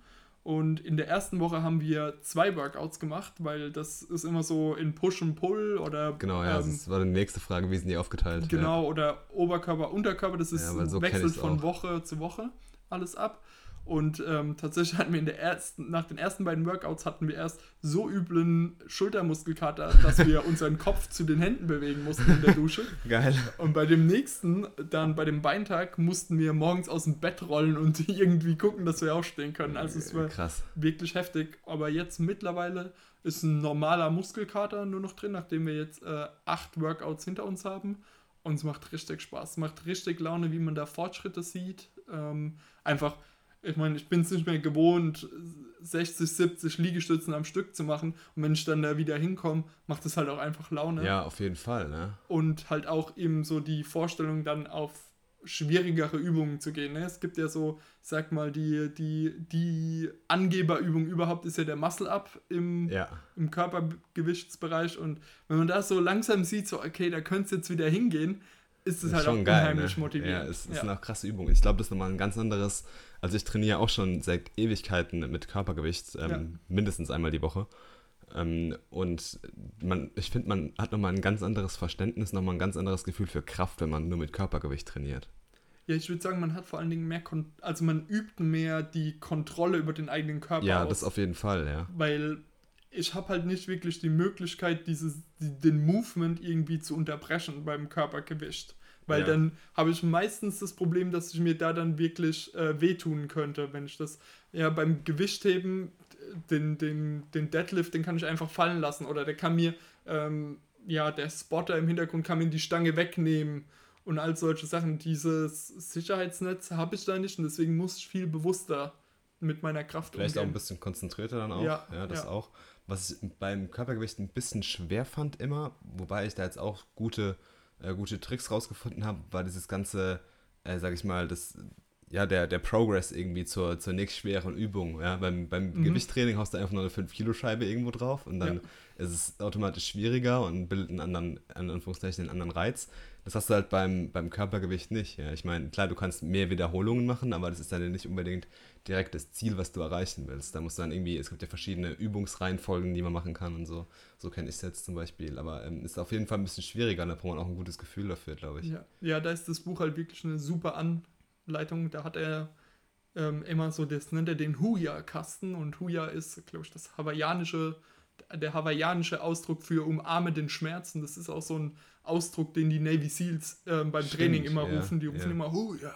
Und in der ersten Woche haben wir zwei Workouts gemacht, weil das ist immer so in Push und Pull oder... Genau, ja, ähm, das war die nächste Frage, wie sind die aufgeteilt? Genau, ja. oder Oberkörper, Unterkörper, das ist ja, so wechselt von Woche zu Woche alles ab. Und ähm, tatsächlich hatten wir in der ersten, nach den ersten beiden Workouts hatten wir erst so üblen Schultermuskelkater, dass wir unseren Kopf zu den Händen bewegen mussten in der Dusche. Geil. Und bei dem nächsten, dann bei dem Beintag, mussten wir morgens aus dem Bett rollen und irgendwie gucken, dass wir aufstehen können. Also es war Krass. wirklich heftig. Aber jetzt mittlerweile ist ein normaler Muskelkater nur noch drin, nachdem wir jetzt äh, acht Workouts hinter uns haben. Und es macht richtig Spaß. Es macht richtig Laune, wie man da Fortschritte sieht. Ähm, einfach... Ich meine, ich bin es nicht mehr gewohnt, sechzig, siebzig Liegestützen am Stück zu machen. Und wenn ich dann da wieder hinkomme, macht es halt auch einfach Laune. Ja, auf jeden Fall, ne? Und halt auch eben so die Vorstellung, dann auf schwierigere Übungen zu gehen. Ne? Es gibt ja so, sag mal, die, die, die Angeberübung überhaupt ist ja der Muscle-Up im, ja. im Körpergewichtsbereich. Und wenn man das so langsam sieht, so, okay, da könnte es jetzt wieder hingehen, ist es halt schon auch geil, unheimlich ne? motivierend. Ja, es ist ja. eine krasse Übung. Ich glaube, das ist nochmal ein ganz anderes, also ich trainiere auch schon seit Ewigkeiten mit Körpergewicht, ähm, ja. mindestens einmal die Woche. Ähm, und man, ich finde, man hat nochmal ein ganz anderes Verständnis, nochmal ein ganz anderes Gefühl für Kraft, wenn man nur mit Körpergewicht trainiert. Ja, ich würde sagen, man hat vor allen Dingen mehr, Kon- also man übt mehr die Kontrolle über den eigenen Körper Ja, aus. das auf jeden Fall, ja. Weil ich habe halt nicht wirklich die Möglichkeit, dieses, die, den Movement irgendwie zu unterbrechen beim Körpergewicht. Weil ja. dann habe ich meistens das Problem, dass ich mir da dann wirklich äh, wehtun könnte, wenn ich das, ja, beim Gewichtheben, den, den, den Deadlift, den kann ich einfach fallen lassen. Oder der kann mir, ähm, ja, der Spotter im Hintergrund kann mir die Stange wegnehmen und all solche Sachen. Dieses Sicherheitsnetz habe ich da nicht und deswegen muss ich viel bewusster mit meiner Kraft Vielleicht umgehen. auch ein bisschen konzentrierter dann auch. Ja, ja das ja. auch. Was ich beim Körpergewicht ein bisschen schwer fand immer, wobei ich da jetzt auch gute, äh, gute Tricks rausgefunden habe, war dieses ganze, äh, sag ich mal, das, ja, der, der Progress irgendwie zur, zur nächst schweren Übung. Ja? Beim beim mhm. Gewichttraining haust du einfach nur eine fünf Kilo Scheibe irgendwo drauf und dann ja. ist es automatisch schwieriger und bildet einen anderen, in Anführungszeichen, einen anderen Reiz. Das hast du halt beim, beim Körpergewicht nicht. Ja? Ich meine, klar, du kannst mehr Wiederholungen machen, aber das ist dann nicht unbedingt direkt das Ziel, was du erreichen willst. Da musst du dann irgendwie, es gibt ja verschiedene Übungsreihenfolgen, die man machen kann und so. So kenne ich es jetzt zum Beispiel. Aber ähm, ist auf jeden Fall ein bisschen schwieriger, da braucht man auch ein gutes Gefühl dafür, glaube ich. Ja. ja, da ist das Buch halt wirklich eine super Anleitung. Da hat er ähm, immer so, das nennt er den Huya-Kasten und Huya ist, glaube ich, das hawaiianische, der hawaiianische Ausdruck für umarme den Schmerzen. Das ist auch so ein Ausdruck, den die Navy Seals äh, beim Stimmt, Training immer ja, rufen. Die rufen ja. immer Huya.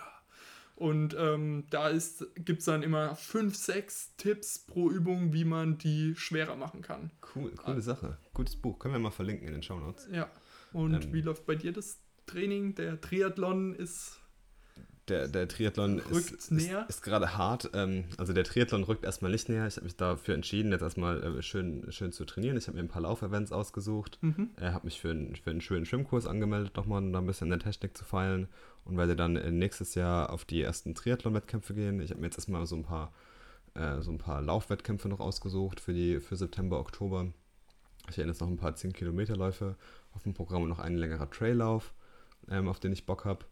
Und ähm, da gibt es dann immer fünf, sechs Tipps pro Übung, wie man die schwerer machen kann. Cool, coole also, Sache. Gutes Buch. Können wir mal verlinken in den Shownotes. Ja. Und ähm, wie läuft bei dir das Training? Der Triathlon ist... Der, der Triathlon ist, ist, ist gerade hart. Ähm, also der Triathlon rückt erstmal nicht näher. Ich habe mich dafür entschieden, jetzt erstmal äh, schön, schön zu trainieren. Ich habe mir ein paar Laufevents ausgesucht. Mhm. Äh, habe mich für, ein, für einen schönen Schwimmkurs angemeldet, nochmal da ein bisschen in der Technik zu feilen. Und werde dann äh, nächstes Jahr auf die ersten Triathlon-Wettkämpfe gehen. Ich habe mir jetzt erstmal so ein paar, äh, so ein paar Laufwettkämpfe noch ausgesucht für, die, für September, Oktober. Ich erinnere jetzt noch ein paar zehn Kilometer Läufe auf dem Programm und noch ein längerer Traillauf, ähm, auf den ich Bock habe.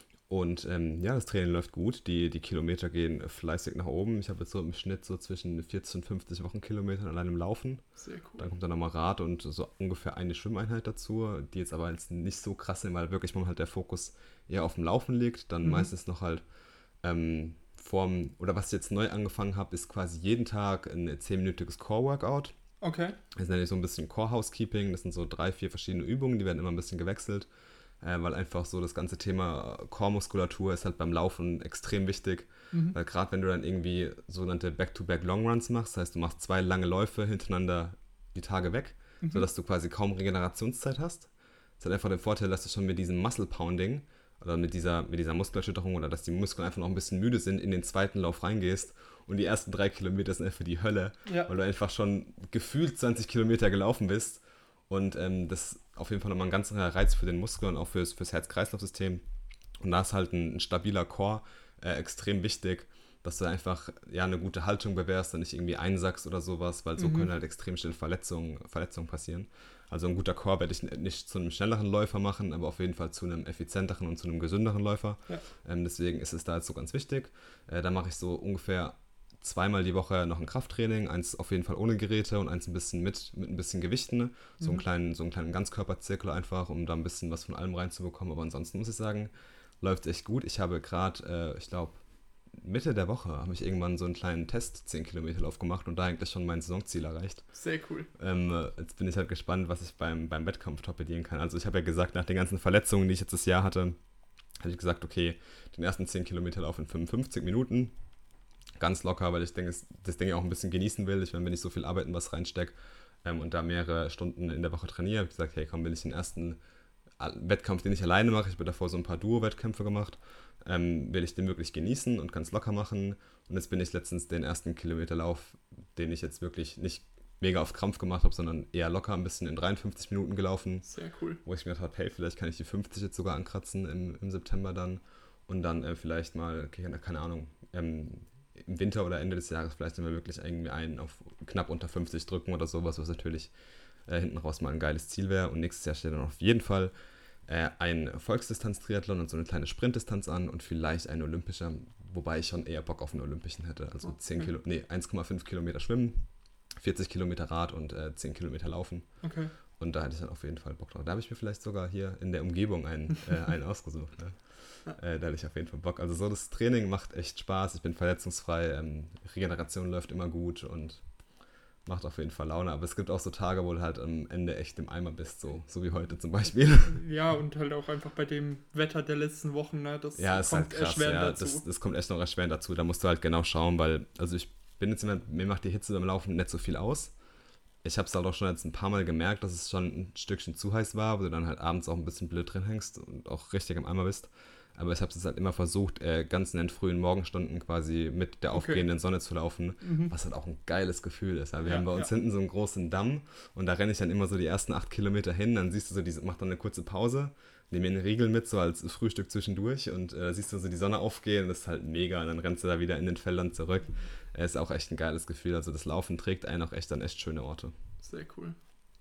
Und ähm, ja, das Training läuft gut. Die, die Kilometer gehen fleißig nach oben. Ich habe jetzt so im Schnitt so zwischen vierzig und fünfzig Wochenkilometern allein im Laufen. Sehr cool. Dann kommt dann nochmal Rad und so ungefähr eine Schwimmeinheit dazu, die jetzt aber jetzt nicht so krass sind, weil wirklich mal halt der Fokus eher auf dem Laufen liegt. Dann mhm. meistens noch halt ähm, vorm, oder was ich jetzt neu angefangen habe, ist quasi jeden Tag ein zehnminütiges Core-Workout. Okay. Das nenne ich so ein bisschen Core-Housekeeping. Das sind so drei, vier verschiedene Übungen, die werden immer ein bisschen gewechselt. Weil einfach so das ganze Thema Core-Muskulatur ist halt beim Laufen extrem wichtig, mhm. weil gerade wenn du dann irgendwie sogenannte Back-to-Back-Long-Runs machst, das heißt, du machst zwei lange Läufe hintereinander die Tage weg, mhm. sodass du quasi kaum Regenerationszeit hast. Das hat einfach den Vorteil, dass du schon mit diesem Muscle-Pounding oder mit dieser, mit dieser Muskelerschütterung oder dass die Muskeln einfach noch ein bisschen müde sind, in den zweiten Lauf reingehst und die ersten drei Kilometer sind einfach die Hölle, ja. weil du einfach schon gefühlt zwanzig Kilometer gelaufen bist. Und ähm, das ist auf jeden Fall nochmal ein ganz anderer Reiz für den Muskel und auch fürs, fürs Herz-Kreislauf-System. Und da ist halt ein, ein stabiler Core äh, extrem wichtig, dass du einfach ja, eine gute Haltung bewährst und nicht irgendwie einsackst oder sowas, weil so mhm. können halt extrem schnell Verletzungen, Verletzungen passieren. Also ein guter Core werde ich nicht zu einem schnelleren Läufer machen, aber auf jeden Fall zu einem effizienteren und zu einem gesünderen Läufer. Ja. Ähm, deswegen ist es da jetzt so ganz wichtig. Äh, da mache ich so ungefähr zweimal die Woche noch ein Krafttraining, eins auf jeden Fall ohne Geräte und eins ein bisschen mit, mit ein bisschen Gewichten, ne? so, einen Mhm. kleinen, so einen kleinen Ganzkörperzirkel einfach, um da ein bisschen was von allem reinzubekommen. Aber ansonsten muss ich sagen, läuft echt gut. Ich habe gerade, äh, ich glaube, Mitte der Woche habe ich irgendwann so einen kleinen Test zehn Kilometer Lauf gemacht und da eigentlich schon mein Saisonziel erreicht. Sehr cool. Ähm, äh, jetzt bin ich halt gespannt, was ich beim, beim Wettkampf torpedieren kann. Also ich habe ja gesagt, nach den ganzen Verletzungen, die ich jetzt das Jahr hatte, habe ich gesagt, okay, den ersten zehn Kilometer Lauf in fünfundfünfzig Minuten. Ganz locker, weil ich denke, das Ding auch ein bisschen genießen will. Ich meine, wenn ich so viel Arbeit in was reinstecke ähm, und da mehrere Stunden in der Woche trainiere, habe ich gesagt, hey komm, will ich den ersten Wettkampf, den ich alleine mache, ich habe davor so ein paar Duo-Wettkämpfe gemacht, ähm, will ich den wirklich genießen und ganz locker machen. Und jetzt bin ich letztens den ersten Kilometerlauf, den ich jetzt wirklich nicht mega auf Krampf gemacht habe, sondern eher locker ein bisschen in dreiundfünfzig Minuten gelaufen. Sehr cool. Wo ich mir gedacht habe, hey, vielleicht kann ich die fünfzig jetzt sogar ankratzen im, im September dann. Und dann äh, vielleicht mal, okay, keine Ahnung, ähm, im Winter oder Ende des Jahres vielleicht dann mal wirklich irgendwie einen auf knapp unter fünfzig drücken oder sowas, was natürlich äh, hinten raus mal ein geiles Ziel wäre. Und nächstes Jahr steht dann auf jeden Fall äh, ein Volksdistanz-Triathlon und so eine kleine Sprintdistanz an und vielleicht ein olympischer, wobei ich schon eher Bock auf einen olympischen hätte. Also Okay. zehn Kilo, nee, eins Komma fünf Kilometer schwimmen, vierzig Kilometer Rad und äh, zehn Kilometer laufen. Okay. Und da hätte ich dann auf jeden Fall Bock drauf. Da habe ich mir vielleicht sogar hier in der Umgebung einen, äh, einen ausgesucht. Ne? Äh, da hätte ich auf jeden Fall Bock. Also so das Training macht echt Spaß. Ich bin verletzungsfrei. Ähm, Regeneration läuft immer gut und macht auf jeden Fall Laune. Aber es gibt auch so Tage, wo du halt am Ende echt im Eimer bist. So, so wie heute zum Beispiel. Ja, und halt auch einfach bei dem Wetter der letzten Wochen, ne, das Ja, ist kommt halt krass. erschwerend Ja, dazu. das, das kommt echt noch erschwerend dazu. Da musst du halt genau schauen, weil also ich bin jetzt immer, mir macht die Hitze beim Laufen nicht so viel aus. Ich habe es halt auch schon jetzt ein paar Mal gemerkt, dass es schon ein Stückchen zu heiß war, wo du dann halt abends auch ein bisschen blöd drin hängst und auch richtig am Eimer bist. Aber ich habe es halt immer versucht, äh, ganz in den frühen Morgenstunden quasi mit der Okay. aufgehenden Sonne zu laufen, Mhm. was halt auch ein geiles Gefühl ist. Ja, wir Ja, haben bei uns ja. hinten so einen großen Damm und da renne ich dann immer so die ersten acht Kilometer hin, dann siehst du so, diese, mach dann eine kurze Pause, nehme mir einen Riegel mit, so als Frühstück zwischendurch und äh, siehst du so die Sonne aufgehen und das ist halt mega und dann rennst du da wieder in den Feldern zurück. Äh, ist auch echt ein geiles Gefühl, also das Laufen trägt einen auch echt an echt schöne Orte. Sehr cool.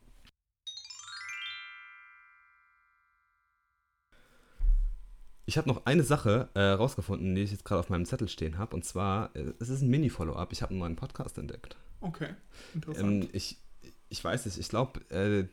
Ich habe noch eine Sache äh, rausgefunden, die ich jetzt gerade auf meinem Zettel stehen habe. Und zwar, äh, es ist ein Mini-Follow-up. Ich habe einen neuen Podcast entdeckt. Okay, interessant. Ähm, ich, ich weiß nicht, ich glaube, äh,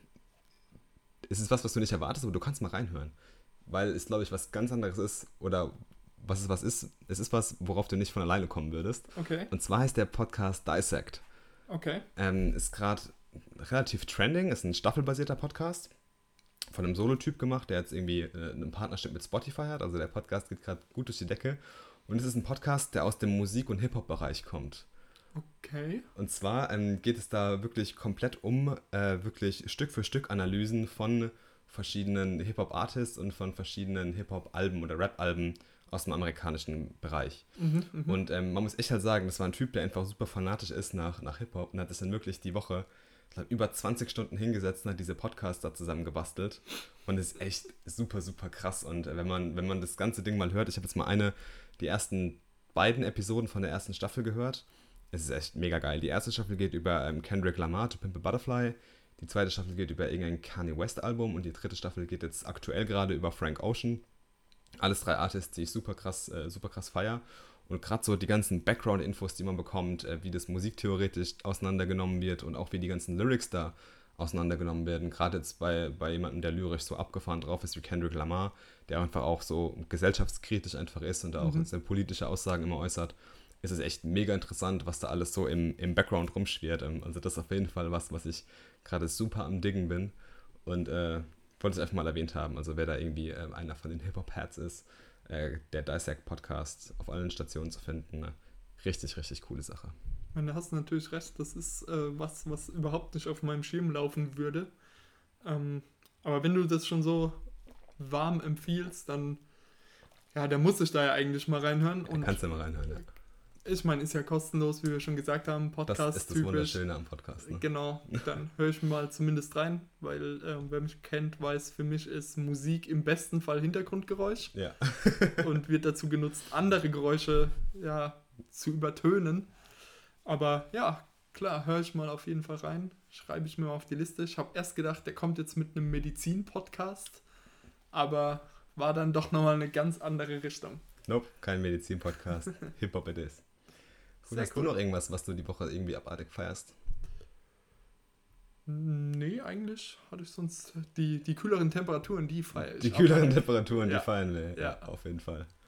es ist was, was du nicht erwartest, aber du kannst mal reinhören. Weil es, glaube ich, was ganz anderes ist. Oder was es was ist. Es ist was, worauf du nicht von alleine kommen würdest. Okay, Und zwar heißt der Podcast Dissect. okay. Ähm, ist gerade relativ trending, ist ein staffelbasierter Podcast. Von einem Solo-Typ gemacht, der jetzt irgendwie äh, ein Partnership mit Spotify hat. Also der Podcast geht gerade gut durch die Decke. Und es ist ein Podcast, der aus dem Musik- und Hip-Hop-Bereich kommt. Okay. Und zwar ähm, geht es da wirklich komplett um äh, wirklich Stück für Stück Analysen von verschiedenen Hip-Hop-Artists und von verschiedenen Hip-Hop-Alben oder Rap-Alben aus dem amerikanischen Bereich. Mhm, mhm. Und ähm, man muss echt halt sagen, das war ein Typ, der einfach super fanatisch ist nach, nach Hip-Hop und hat sich dann wirklich die Woche, ich glaube, über zwanzig Stunden hingesetzt und hat diese Podcasts da zusammen gebastelt. Und das ist echt super, super krass. Und äh, wenn man, wenn man das ganze Ding mal hört, ich habe jetzt mal eine, die ersten beiden Episoden von der ersten Staffel gehört. Es ist echt mega geil. Die erste Staffel geht über ähm, Kendrick Lamar, To Pimp a Butterfly. Die zweite Staffel geht über irgendein Kanye West Album. Und die dritte Staffel geht jetzt aktuell gerade über Frank Ocean. Alles drei Artists, die ich super krass, äh, super krass feier. Und gerade so die ganzen Background-Infos, die man bekommt, äh, wie das musiktheoretisch auseinandergenommen wird und auch wie die ganzen Lyrics da auseinandergenommen werden. Gerade jetzt bei, bei jemandem, der lyrisch so abgefahren drauf ist wie Kendrick Lamar, der einfach auch so gesellschaftskritisch einfach ist und da auch Mhm. seine politische Aussagen immer äußert, ist es echt mega interessant, was da alles so im, im Background rumschwirrt. Ähm, Also das ist auf jeden Fall was, was ich gerade super am Diggen bin. Und äh, wollte es einfach mal erwähnt haben. Also wer da irgendwie äh, einer von den Hip-Hop-Hats ist, äh, der Dissect-Podcast auf allen Stationen zu finden. Ne? Richtig, richtig coole Sache. Ich meine, da hast du natürlich recht, das ist äh, was, was überhaupt nicht auf meinem Schirm laufen würde. Ähm, aber wenn du das schon so warm empfiehlst, dann, ja, da muss ich da ja eigentlich mal reinhören. Da Und kannst du mal reinhören. Ja. ich meine, ist ja kostenlos, wie wir schon gesagt haben, Das ist das Podcast-typisch. Wunderschöne am Podcast. Ne? Genau, dann höre ich mal zumindest rein, weil äh, wer mich kennt, weiß, für mich ist Musik im besten Fall Hintergrundgeräusch Ja. und wird dazu genutzt, andere Geräusche ja, zu übertönen. Aber ja, klar, höre ich mal auf jeden Fall rein, schreibe ich mir mal auf die Liste. Ich habe erst gedacht, der kommt jetzt mit einem Medizin-Podcast, aber war dann doch nochmal eine ganz andere Richtung. Nope, kein Medizin-Podcast. Hip-Hop it is. Cool. Hast cool. du noch irgendwas, was du die Woche irgendwie abartig feierst? Nee, eigentlich hatte ich sonst die, die kühleren Temperaturen, die feiere ich. Die kühleren Temperaturen, ja. die feiern wir, ja. ja, auf jeden Fall.